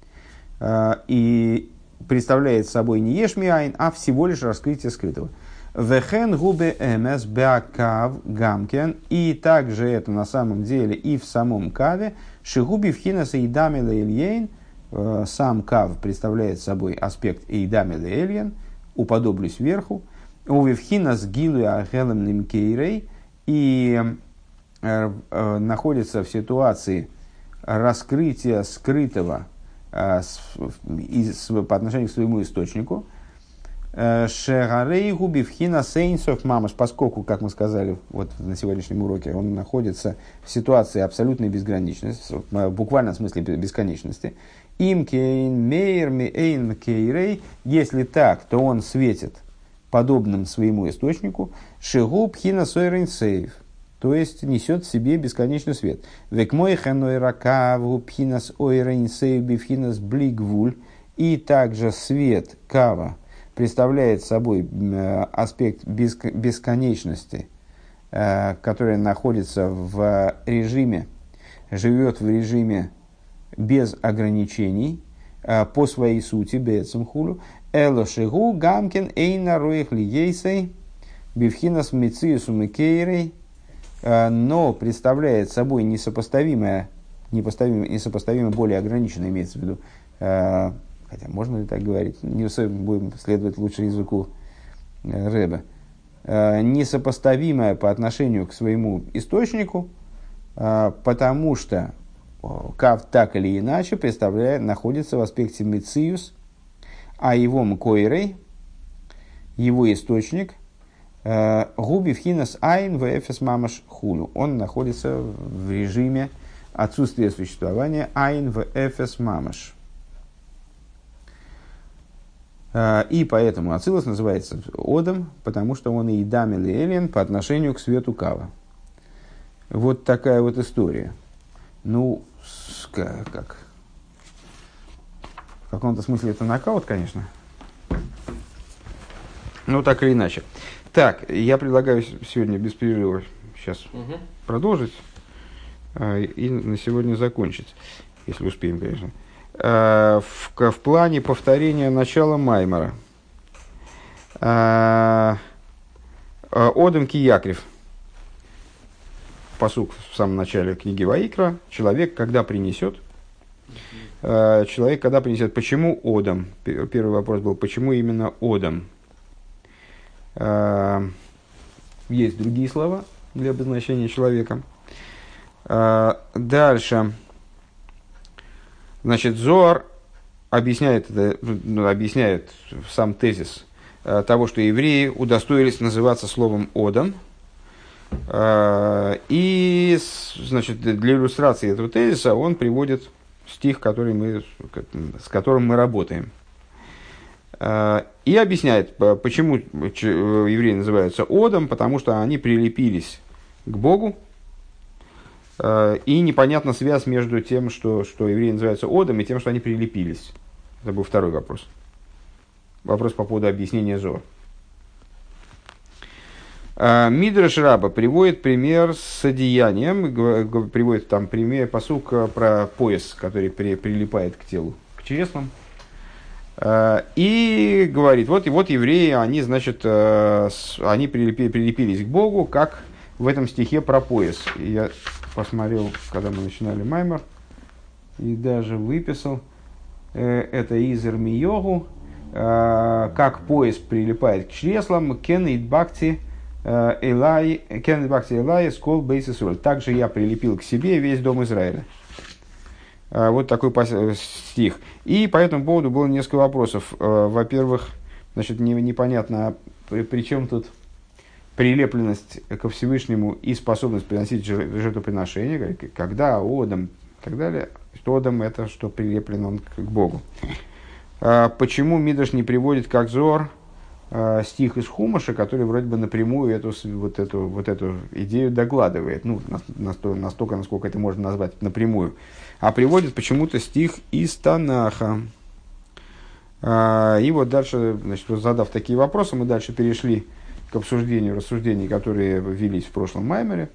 и представляет собой не ешмиайн, а всего лишь раскрытие скрытого. Вехен губе эмес беакав гамкен. И также это на самом деле и в самом каве. Шигуби вхинас эйдами лейльейн. Сам кав представляет собой аспект эйдами лейльейн. Уподоблюсь вверху. Увивхинас гилу ахелем лимкейрей. И э, э, находится в ситуации раскрытия скрытого э, с, из, по отношению к своему источнику. Шегарей губивхина сейнсов мамаш, поскольку, как мы сказали вот на сегодняшнем уроке, он находится в ситуации абсолютной безграничности, в буквальном смысле бесконечности. Им кейн мейр ми эйн кейрей, если так, то он светит подобным своему источнику, шигу пхина сойрен сейв, то есть несет в себе бесконечный свет. Век мой ханой ракаву пхинас ойрен сейв бифхинас блигвуль, и также свет кава представляет собой аспект бесконечности, который находится в режиме, живет в режиме без ограничений, по своей сути, бецемхулю, элошигу гамкин эйна роих лиейсей бифхинас мициусу микейрей, но представляет собой несопоставимое, несопоставимое, несопоставимое более ограниченное, имеется в виду, хотя можно ли так говорить, не будем следовать лучше языку Ребе, несопоставимое по отношению к своему источнику, потому что кав так или иначе представляет, находится в аспекте мециус, а его мкойрей, его источник, губи вхинас айн в эфес мамаш хулю, он находится в режиме отсутствия существования айн в эфес мамаш. И поэтому Ацилус называется Одом, потому что он и Дам или Элен по отношению к свету Кава. Вот такая вот история. Ну, как? В каком-то смысле это нокаут, конечно. Ну, так или иначе. Так, я предлагаю сегодня без перерыва сейчас угу. продолжить и на сегодня закончить, если успеем, конечно. В, в плане повторения начала Маймара. Одам Киякрев. Пасук в самом начале книги Ваикра. Человек, когда принесет. Человек, когда принесет. Почему Одам? Первый вопрос был, почему именно Одам? Есть другие слова для обозначения человека. Дальше. Значит, Зоар объясняет, это, ну, объясняет сам тезис э, того, что евреи удостоились называться словом «одам». Э, и, значит, для иллюстрации этого тезиса он приводит стих, который мы, с которым мы работаем. Э, и объясняет, почему евреи называются «одам», потому что они прилепились к Богу. И непонятна связь между тем, что, что евреи называются Одом, и тем, что они прилепились. Это был второй вопрос. Вопрос по поводу объяснения Зоар. Мидраш Раба приводит пример с одеянием, приводит там пример, пасук про пояс, который при, прилипает к телу, к чреслам. И говорит, вот, и вот евреи, они, значит, они прилепи, прилепились к Богу, как в этом стихе про пояс. И я посмотрел, когда мы начинали Маймар, и даже выписал э, это из Ирмиёгу, э, как пояс прилипает к чреслам, кен бхакти элай, кен бхакти элай скол бейс Исраэль. Также я прилепил к себе весь дом Израиля. Э, вот такой стих. И по этому поводу было несколько вопросов. Э, во-первых, значит, не, непонятно, при, при чем тут прилепленность ко Всевышнему и способность приносить жертвоприношения, когда Одам и так далее, что Одам это, что прилеплен он к Богу. А почему Мидраш не приводит как Зоар а, стих из Хумаша, который вроде бы напрямую эту, вот, эту, вот эту идею догладывает, ну, настолько, настолько, насколько это можно назвать напрямую, а приводит почему-то стих из Танаха. А, и вот дальше, значит, задав такие вопросы, мы дальше перешли к обсуждению рассуждений, которые велись в прошлом Маймере.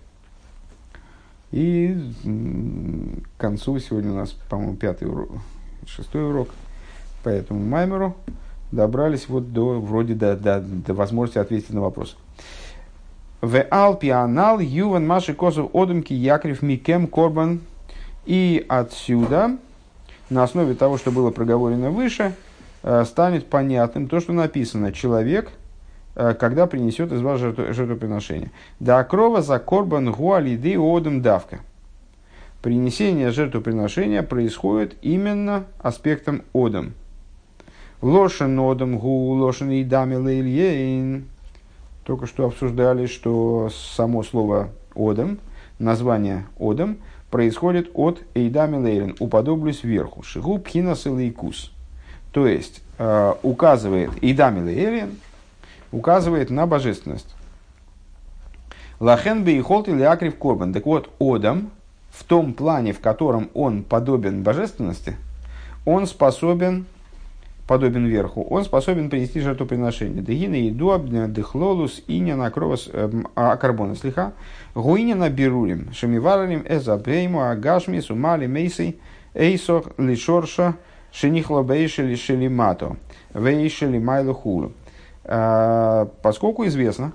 И к концу, сегодня у нас, по-моему, пятый урок, шестой урок по этому Маймеру, добрались вот до, вроде до, до, до возможности ответить на вопрос. В Алпианал Юван Маши Косов Одамки Якрев Микем Корбан. И отсюда, на основе того, что было проговорено выше, станет понятным то, что написано: человек, когда принесет из вас жертвоприношение. Да крова за корбан гуалиды одам давка. Принесение жертвоприношения происходит именно аспектом одам. Лошен одам гу, лошен и дами лейльейн. Только что обсуждали, что само слово одам, название одам, происходит от эйдами лейлен, уподоблюсь вверху. Шигу пхинас и лейкус. То есть, э, указывает эйдами лейлен, указывает на божественность. Лахен бейхолт или акрив корбан. Так вот, одам, в том плане, в котором он подобен божественности, он способен, подобен верху, он способен принести жертвоприношение. Дегина и дуаб, дехлолус, иня акровас, акарбона слиха, гуиня на берурим, шамиварарим, эзабрейму, агашми, сумали, мейсей, эйсох, лишорша, шенихло бейши, лишелимато, вейши лимайло хулу. Поскольку известно,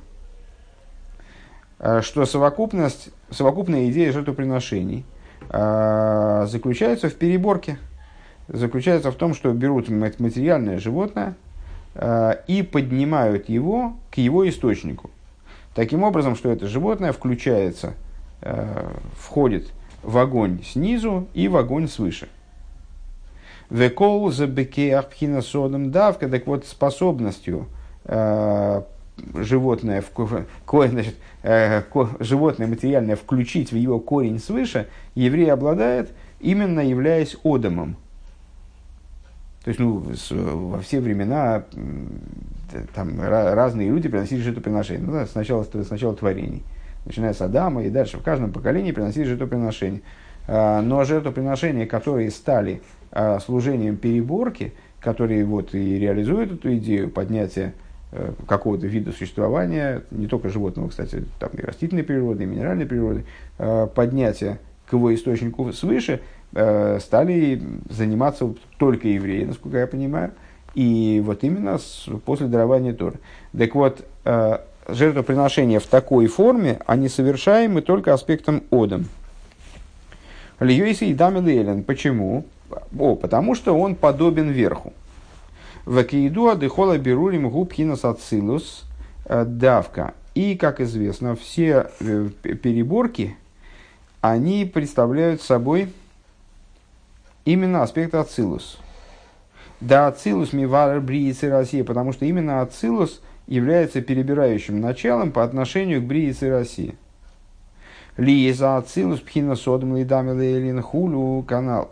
что совокупность, совокупная идея жертвоприношений э, заключается в переборке, заключается в том, что берут материальное животное э, и поднимают его к его источнику. Таким образом, что это животное включается, э, входит в огонь снизу и в огонь свыше. Векол за бекеах пхина содом давка, так вот, способностью э, животное, значит, животное материальное включить в его корень свыше, еврей обладает, именно являясь одамом. То есть, ну, во все времена там разные люди приносили жертвоприношения. Ну, сначала, сначала творений, начиная с Адама и дальше в каждом поколении приносили жертвоприношения. Но жертвоприношения, которые стали служением переборки, которые вот и реализуют эту идею поднятия какого-то вида существования, не только животного, кстати, там и растительной природы, и минеральной природы, поднятия к его источнику свыше, стали заниматься только евреи, насколько я понимаю, и вот именно с, после дарования Торы. Так вот, жертвоприношения в такой форме, они совершаемы только аспектом одам. Льюиси и дами лейлен. Почему? О, потому что он подобен верху. Вакиидуа дехола берурим губхинас ацилус давка. И, как известно, все переборки, они представляют собой именно аспект ацилус. Да ацилус мивар бриицы России, потому что именно ацилус является перебирающим началом по отношению к бриице России. Ли за ацилус пхина содом лидами лейлин хулу канал.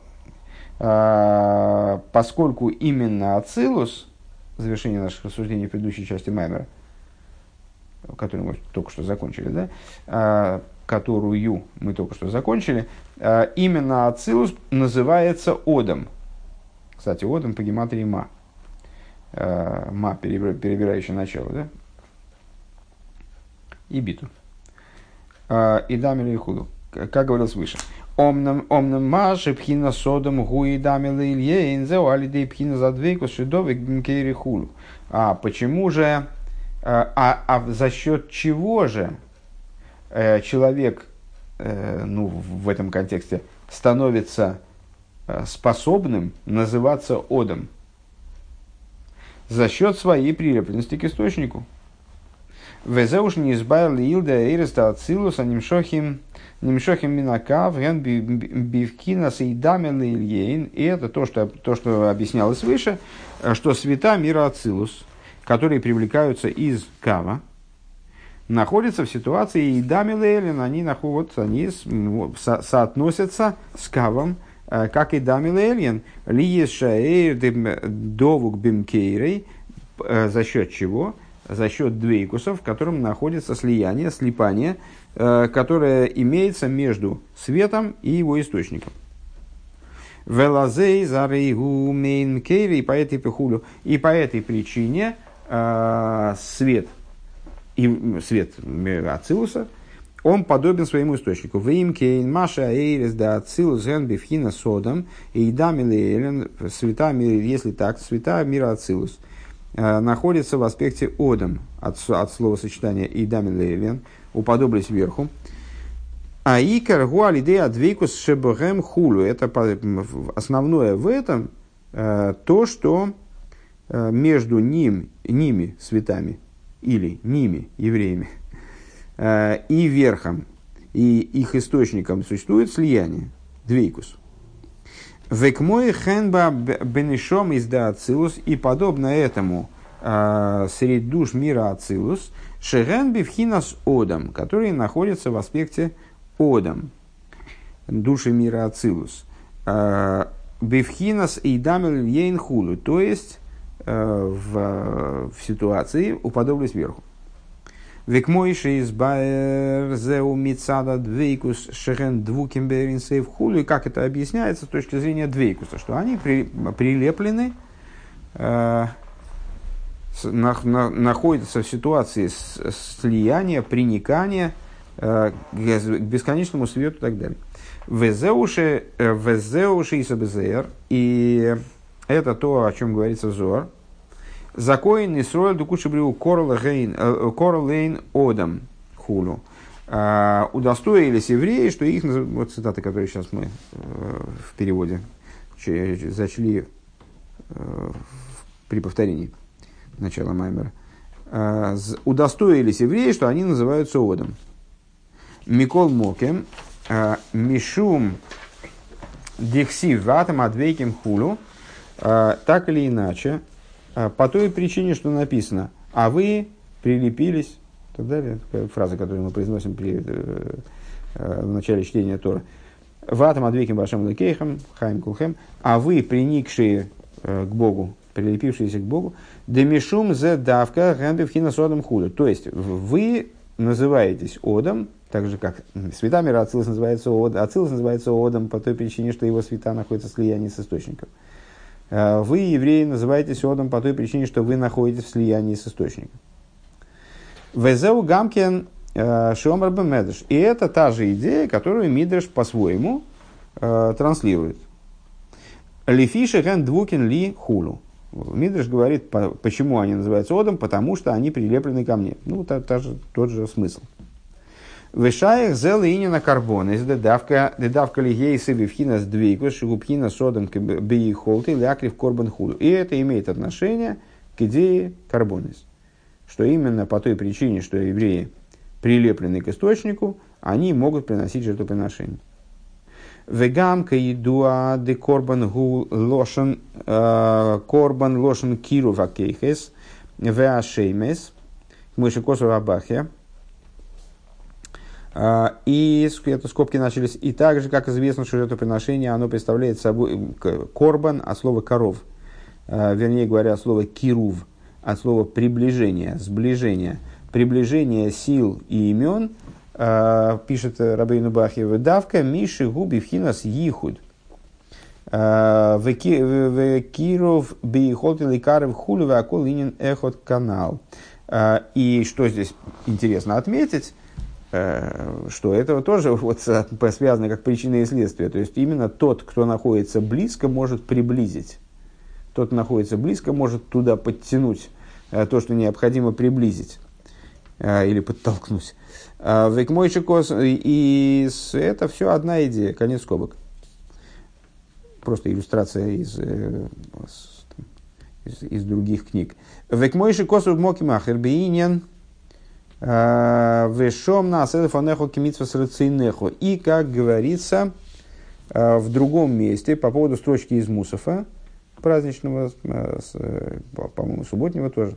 Поскольку именно ацилус, завершение наших рассуждений в предыдущей части Маймера, которую мы только что закончили, да, которую мы только что закончили, именно ацилус называется одом. Кстати, одом по гематрии ма. Ма, перебирающее начало, да? И биту. И дамили и худу. Как говорилось выше. Омнам омнам маши пхина содом гуи дамили ильейн зеу алидей пхина задвейкус шедовик бинкейри хулу. А почему же, а, а за счет чего же человек, ну, в этом контексте становится способным называться одом? За счет своей прилепленности к источнику. Везеуш не избавил Илда Эйреста Ацилуса Нимшохим Нимшохим Минакав Ген Бивкина Сейдами Лильейн. И это то что, то, что объяснялось выше, что света мира Ацилус, которые привлекаются из Кава, находятся в ситуации Идами Лейлин, они, находят, они со, соотносятся с Кавом, как и Идами Лейлин, Лиешаэйр Довук Бимкейрей, за счет чего? За счет двейкусов, в котором находится слияние, слипание, э, которое имеется между светом и его источником. Велазей зарейгу мейнкейри, и по этой пехулю, и по этой причине э, свет, и, свет Ацилуса, он подобен своему источнику. Веймкейн маша эйрес да Ацилус ген бифхина содом и дамилейлен, света, если так, света мира Ацилус находится в аспекте одам, от, от словосочетания «идами лейлен», уподоблись вверху. А икар гуалидея двейкус шебогэм хулу. Это основное в этом то, что между ним, ними, светами, или ними, евреями, и верхом, и их источником существует слияние, двейкус. Векмой хенба бенешом из да ацилус, и подобно этому э, среди душ мира ацилус, шеген бифхинас одам, которые находятся в аспекте одам, души мира ацилус. Э, бифхинас и дамел ейн хулу, то есть э, в, в ситуации уподобной сверху. Векмойши из баэрзеу мицада двейкус шеген двукимберин сейв хулу. И как это объясняется с точки зрения двейкуса, что они при, прилеплены, э, с, на, на, находятся в ситуации с, слияния, приникания э, к бесконечному свету и так далее. Везеуши и собезер, и это то, о чем говорится в Зоар. Закоин Исроэль дукуши брю королейн одам хулу. Удостоились евреи, что их, вот цитаты, которые сейчас мы в переводе зачли при повторении начала Маймера. Удостоились евреи, что они называются одам. Микол Мокем Мишум Дихсив Ватам Адвейким хулу. Так или иначе, по той причине, что написано, а вы прилепились, и так далее, такая фраза, которую мы произносим при, э, э, в начале чтения Торы. Ватам адвейким вашем лекейхам, хайм кулхем, а вы, приникшие э, к Богу, прилепившиеся к Богу, демишум зе давка гэмбев хинас одам худа. То есть, вы называетесь одам, так же, как света мира Ацилус называется одам, Ацилус называется одам по той причине, что его света находятся в слиянии с источником. Вы, евреи, называетесь одам по той причине, что вы находитесь в слиянии с источником. Везеу гамкен шомар бемедреш. И это та же идея, которую Мидреш по-своему э, транслирует. Лифише ген двукин ли хулу. Мидреш говорит, по, почему они называются одам, потому что они прилеплены ко мне. Ну, та, та же, тот же смысл. Вешаях зел и на карбон. Из дедавка ли гейсы бифхинас двейкус, шигубхинас одам бейхолты, лякрив корбан худу. И это имеет отношение к идее карбонис. Что именно по той причине, что евреи прилеплены к источнику, они могут приносить жертвоприношение. Вегам каидуа де корбан гу лошен корбан лошен киру вакейхес веашеймес мышекосу абахия. И это скобки начались. И так же, как известно, что жертвоприношение, оно представляет собой корбан от слова коров. Вернее говоря, от слова кирув, от слова приближение, сближение. Приближение сил и имен, пишет Рабейну Бахьев, давка миши губи вхинас йихуд. Векиров бейхолт ликарев хулю вакол инин эхот канал. И что здесь интересно отметить, что это тоже вот связано как причина и следствие. То есть именно тот, кто находится близко, может приблизить. Тот, кто находится близко, может туда подтянуть то, что необходимо приблизить или подтолкнуть. И это все одна идея, конец скобок. Просто иллюстрация из, из, из других книг. Векмойши косу мокимахер бейнен. И, как говорится в другом месте по поводу строчки из Мусафа, праздничного, по-моему, субботнего тоже.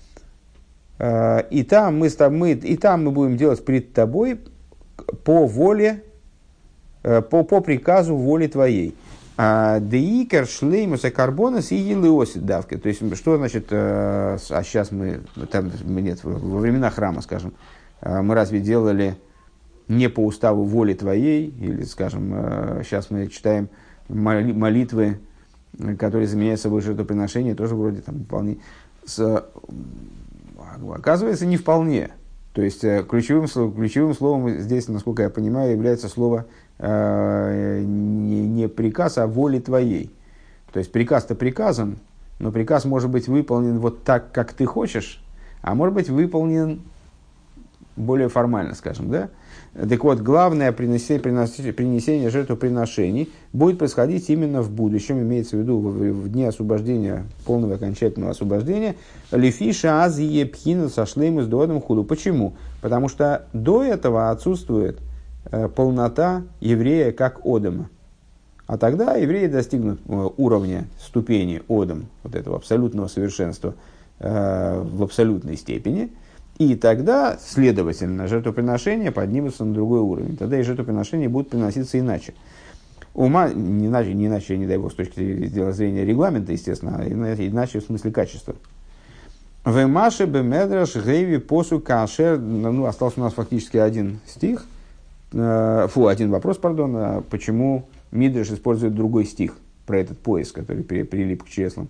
И там мы, мы, и там мы будем делать пред тобой по воле, по, по приказу воли твоей. Деикер шлеймуса карбонас и елеосит давка. То есть, что значит, а сейчас мы, там, нет, во времена храма, скажем, мы разве делали не по уставу воли твоей, или, скажем, сейчас мы читаем молитвы, которые заменяют собой жертвоприношение, тоже вроде там вполне, с, оказывается, не вполне. То есть, ключевым, ключевым словом здесь, насколько я понимаю, является слово Не, не приказ, а воли твоей. То есть приказ-то приказан, но приказ может быть выполнен вот так, как ты хочешь, а может быть выполнен более формально, скажем, да? Так вот, главное принесение, принесение жертвоприношений будет происходить именно в будущем, имеется в виду в, в дни освобождения, полного окончательного освобождения. Лифиша азие пхина сошлейму с доодом худу. Почему? Потому что до этого отсутствует полнота еврея как одама. А тогда евреи достигнут уровня, ступени одам, вот этого абсолютного совершенства э, в абсолютной степени. И тогда, следовательно, жертвоприношения поднимутся на другой уровень. Тогда и жертвоприношения будут приноситься иначе. Ума, не иначе, не иначе, не дай бог, с точки зрения регламента, естественно, а иначе в смысле качества. В Маше бемедраш гейви посу кашер. Ну, остался у нас фактически один стих. Э, фу, один вопрос, пардон. Почему Мидраш использует другой стих про этот пояс, который при, прилип к чреслам?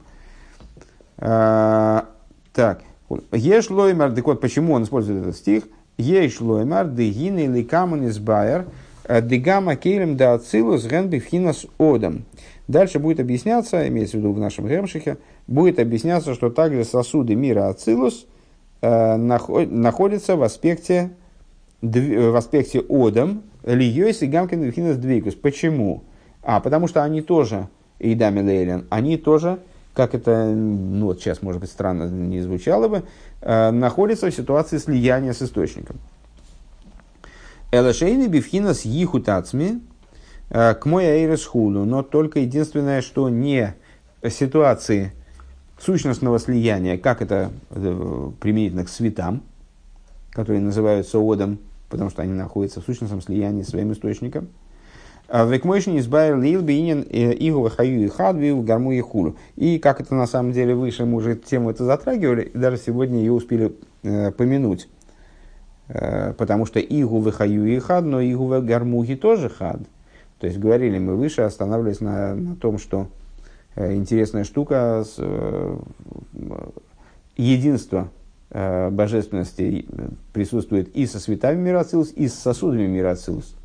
Э, так. Еш лоймар, так вот, почему он использует этот стих? Еш лоймар, дегины ликамон избайер, дегама кейлем да ацилус генби фхинас одам. Дальше будет объясняться, имеется в виду в нашем Гемшихе, будет объясняться, что также сосуды мира ацилус э, наход, находятся в аспекте, в аспекте одам, льёйс и гамкин фхинас двейкус. Почему? А, потому что они тоже, Эйдами Лейлен, они тоже, как это, ну вот сейчас, может быть, странно не звучало бы, э, находится в ситуации слияния с источником. Элэшейны бифхинас йихутацми к мой айрес худу, но только единственное, что не ситуации сущностного слияния, как это э, применительно к светам, которые называются одом, потому что они находятся в сущностном слиянии с своим источником. И как это на самом деле выше, мы уже тему это затрагивали, и даже сегодня ее успели э, помянуть. Э, потому что игу вехаю и хад, но игу гармухи тоже хад. То есть говорили мы выше, останавливались на, на том, что э, интересная штука, с, э, единство э, божественности присутствует и со светами мира Ацилус, и с сосудами мира Ацилус.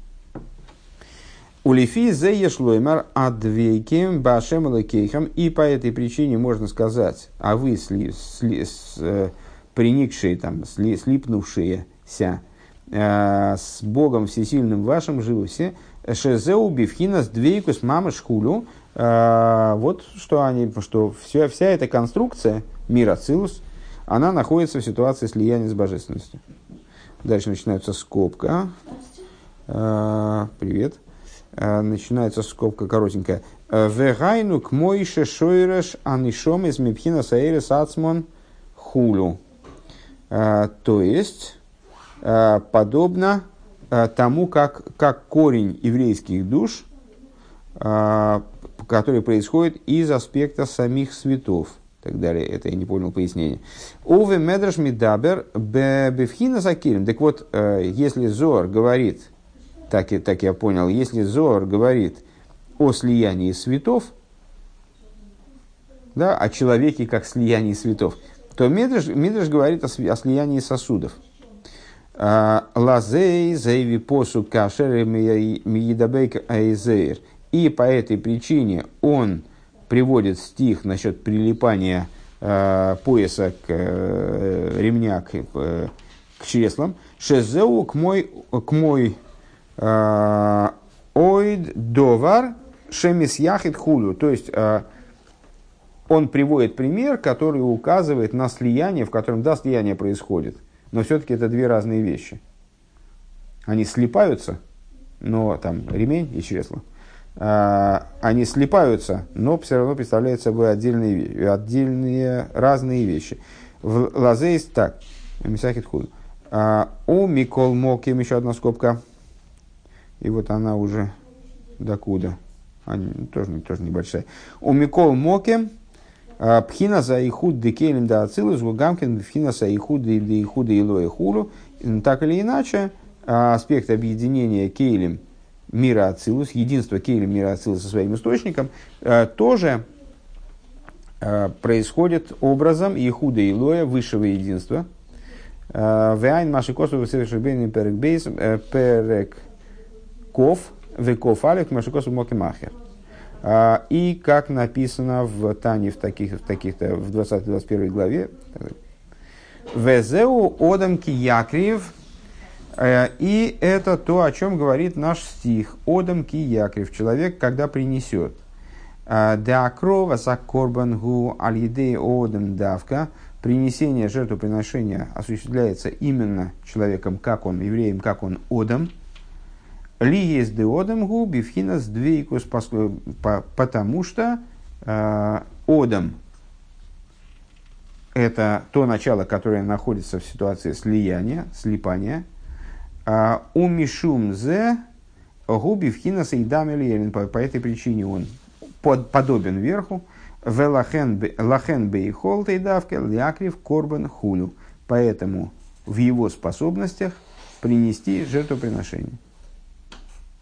Улифи зе ешлоймар адвейкем башем лакейхам, и по этой причине можно сказать, а вы сли, сли, с, э, приникшие, там, сли, слипнувшиеся э, с Богом всесильным в вашем живосе, шезеу бифхинас двейкус мамаш хулю, э, вот что они, что вся, вся эта конструкция мира Ацилус, она находится в ситуации слияния с божественностью. Дальше начинается скобка. Э, привет. Начинается скобка коротенькая. Вегайну к мойше шойреш анишом из мипхина саэрес ацмон хулю. То есть, подобно тому, как, как корень еврейских душ, который происходит из аспекта самих светов. Так далее. Это я не понял пояснение. Уве медраш мидабер бевхина закирим. Так вот, если Зоар говорит, Так, так я понял, если Зоар говорит о слиянии светов, да, о человеке как слиянии светов, то Мидраш, Мидраш говорит о, о слиянии сосудов. Лазей, зейви посу кашер миедабейк айзейр. И по этой причине он приводит стих насчет прилипания э, пояса к э, ремня к, э, к чреслам. Шезеу к мой, к мой ойд довар шемис яхид хулю. То есть он приводит пример, который указывает на слияние, в котором, да, слияние происходит, но все-таки это две разные вещи. Они слипаются, но там ремень и чресло, они слипаются, но все равно представляют собой отдельные, отдельные разные вещи. В лазейс так, мисахид хулю. У микол моким, еще одна скобка. И вот она уже докуда. Они, тоже, тоже небольшая. У Микол Моке пхина за ихуд декелем да ацилус гугамкин пхина за ихуд да ихуда илоя хулу. Так или иначе, аспект объединения кейлем мира ацилус, единство кейлем мира ацилус со своим источником, тоже происходит образом ихуда илоя, высшего единства. Вайн маши косу совершенно перек бейс перек Ков, веков алик, машикосу мокимахер. И как написано в Тане в таких, в таких-то, в двадцатой двадцать первой главе, Везеу одам ки якрив, и это то, о чем говорит наш стих. Одам ки якрив, человек, когда принесет. Деакрова саккорбан гу аль-едей одам давка, принесение жертвоприношения осуществляется именно человеком, как он, евреем, как он одам. Ли есть деодам гу бифхинас двейкус, потому что э, одам – это то начало, которое находится в ситуации слияния, слипания. А у мишум зе гу бифхинас эйдам элиэлин, по этой причине он под, подобен верху. Лахен бейхол тейдавке лякрив корбан хулю. Поэтому в его способностях принести жертвоприношение.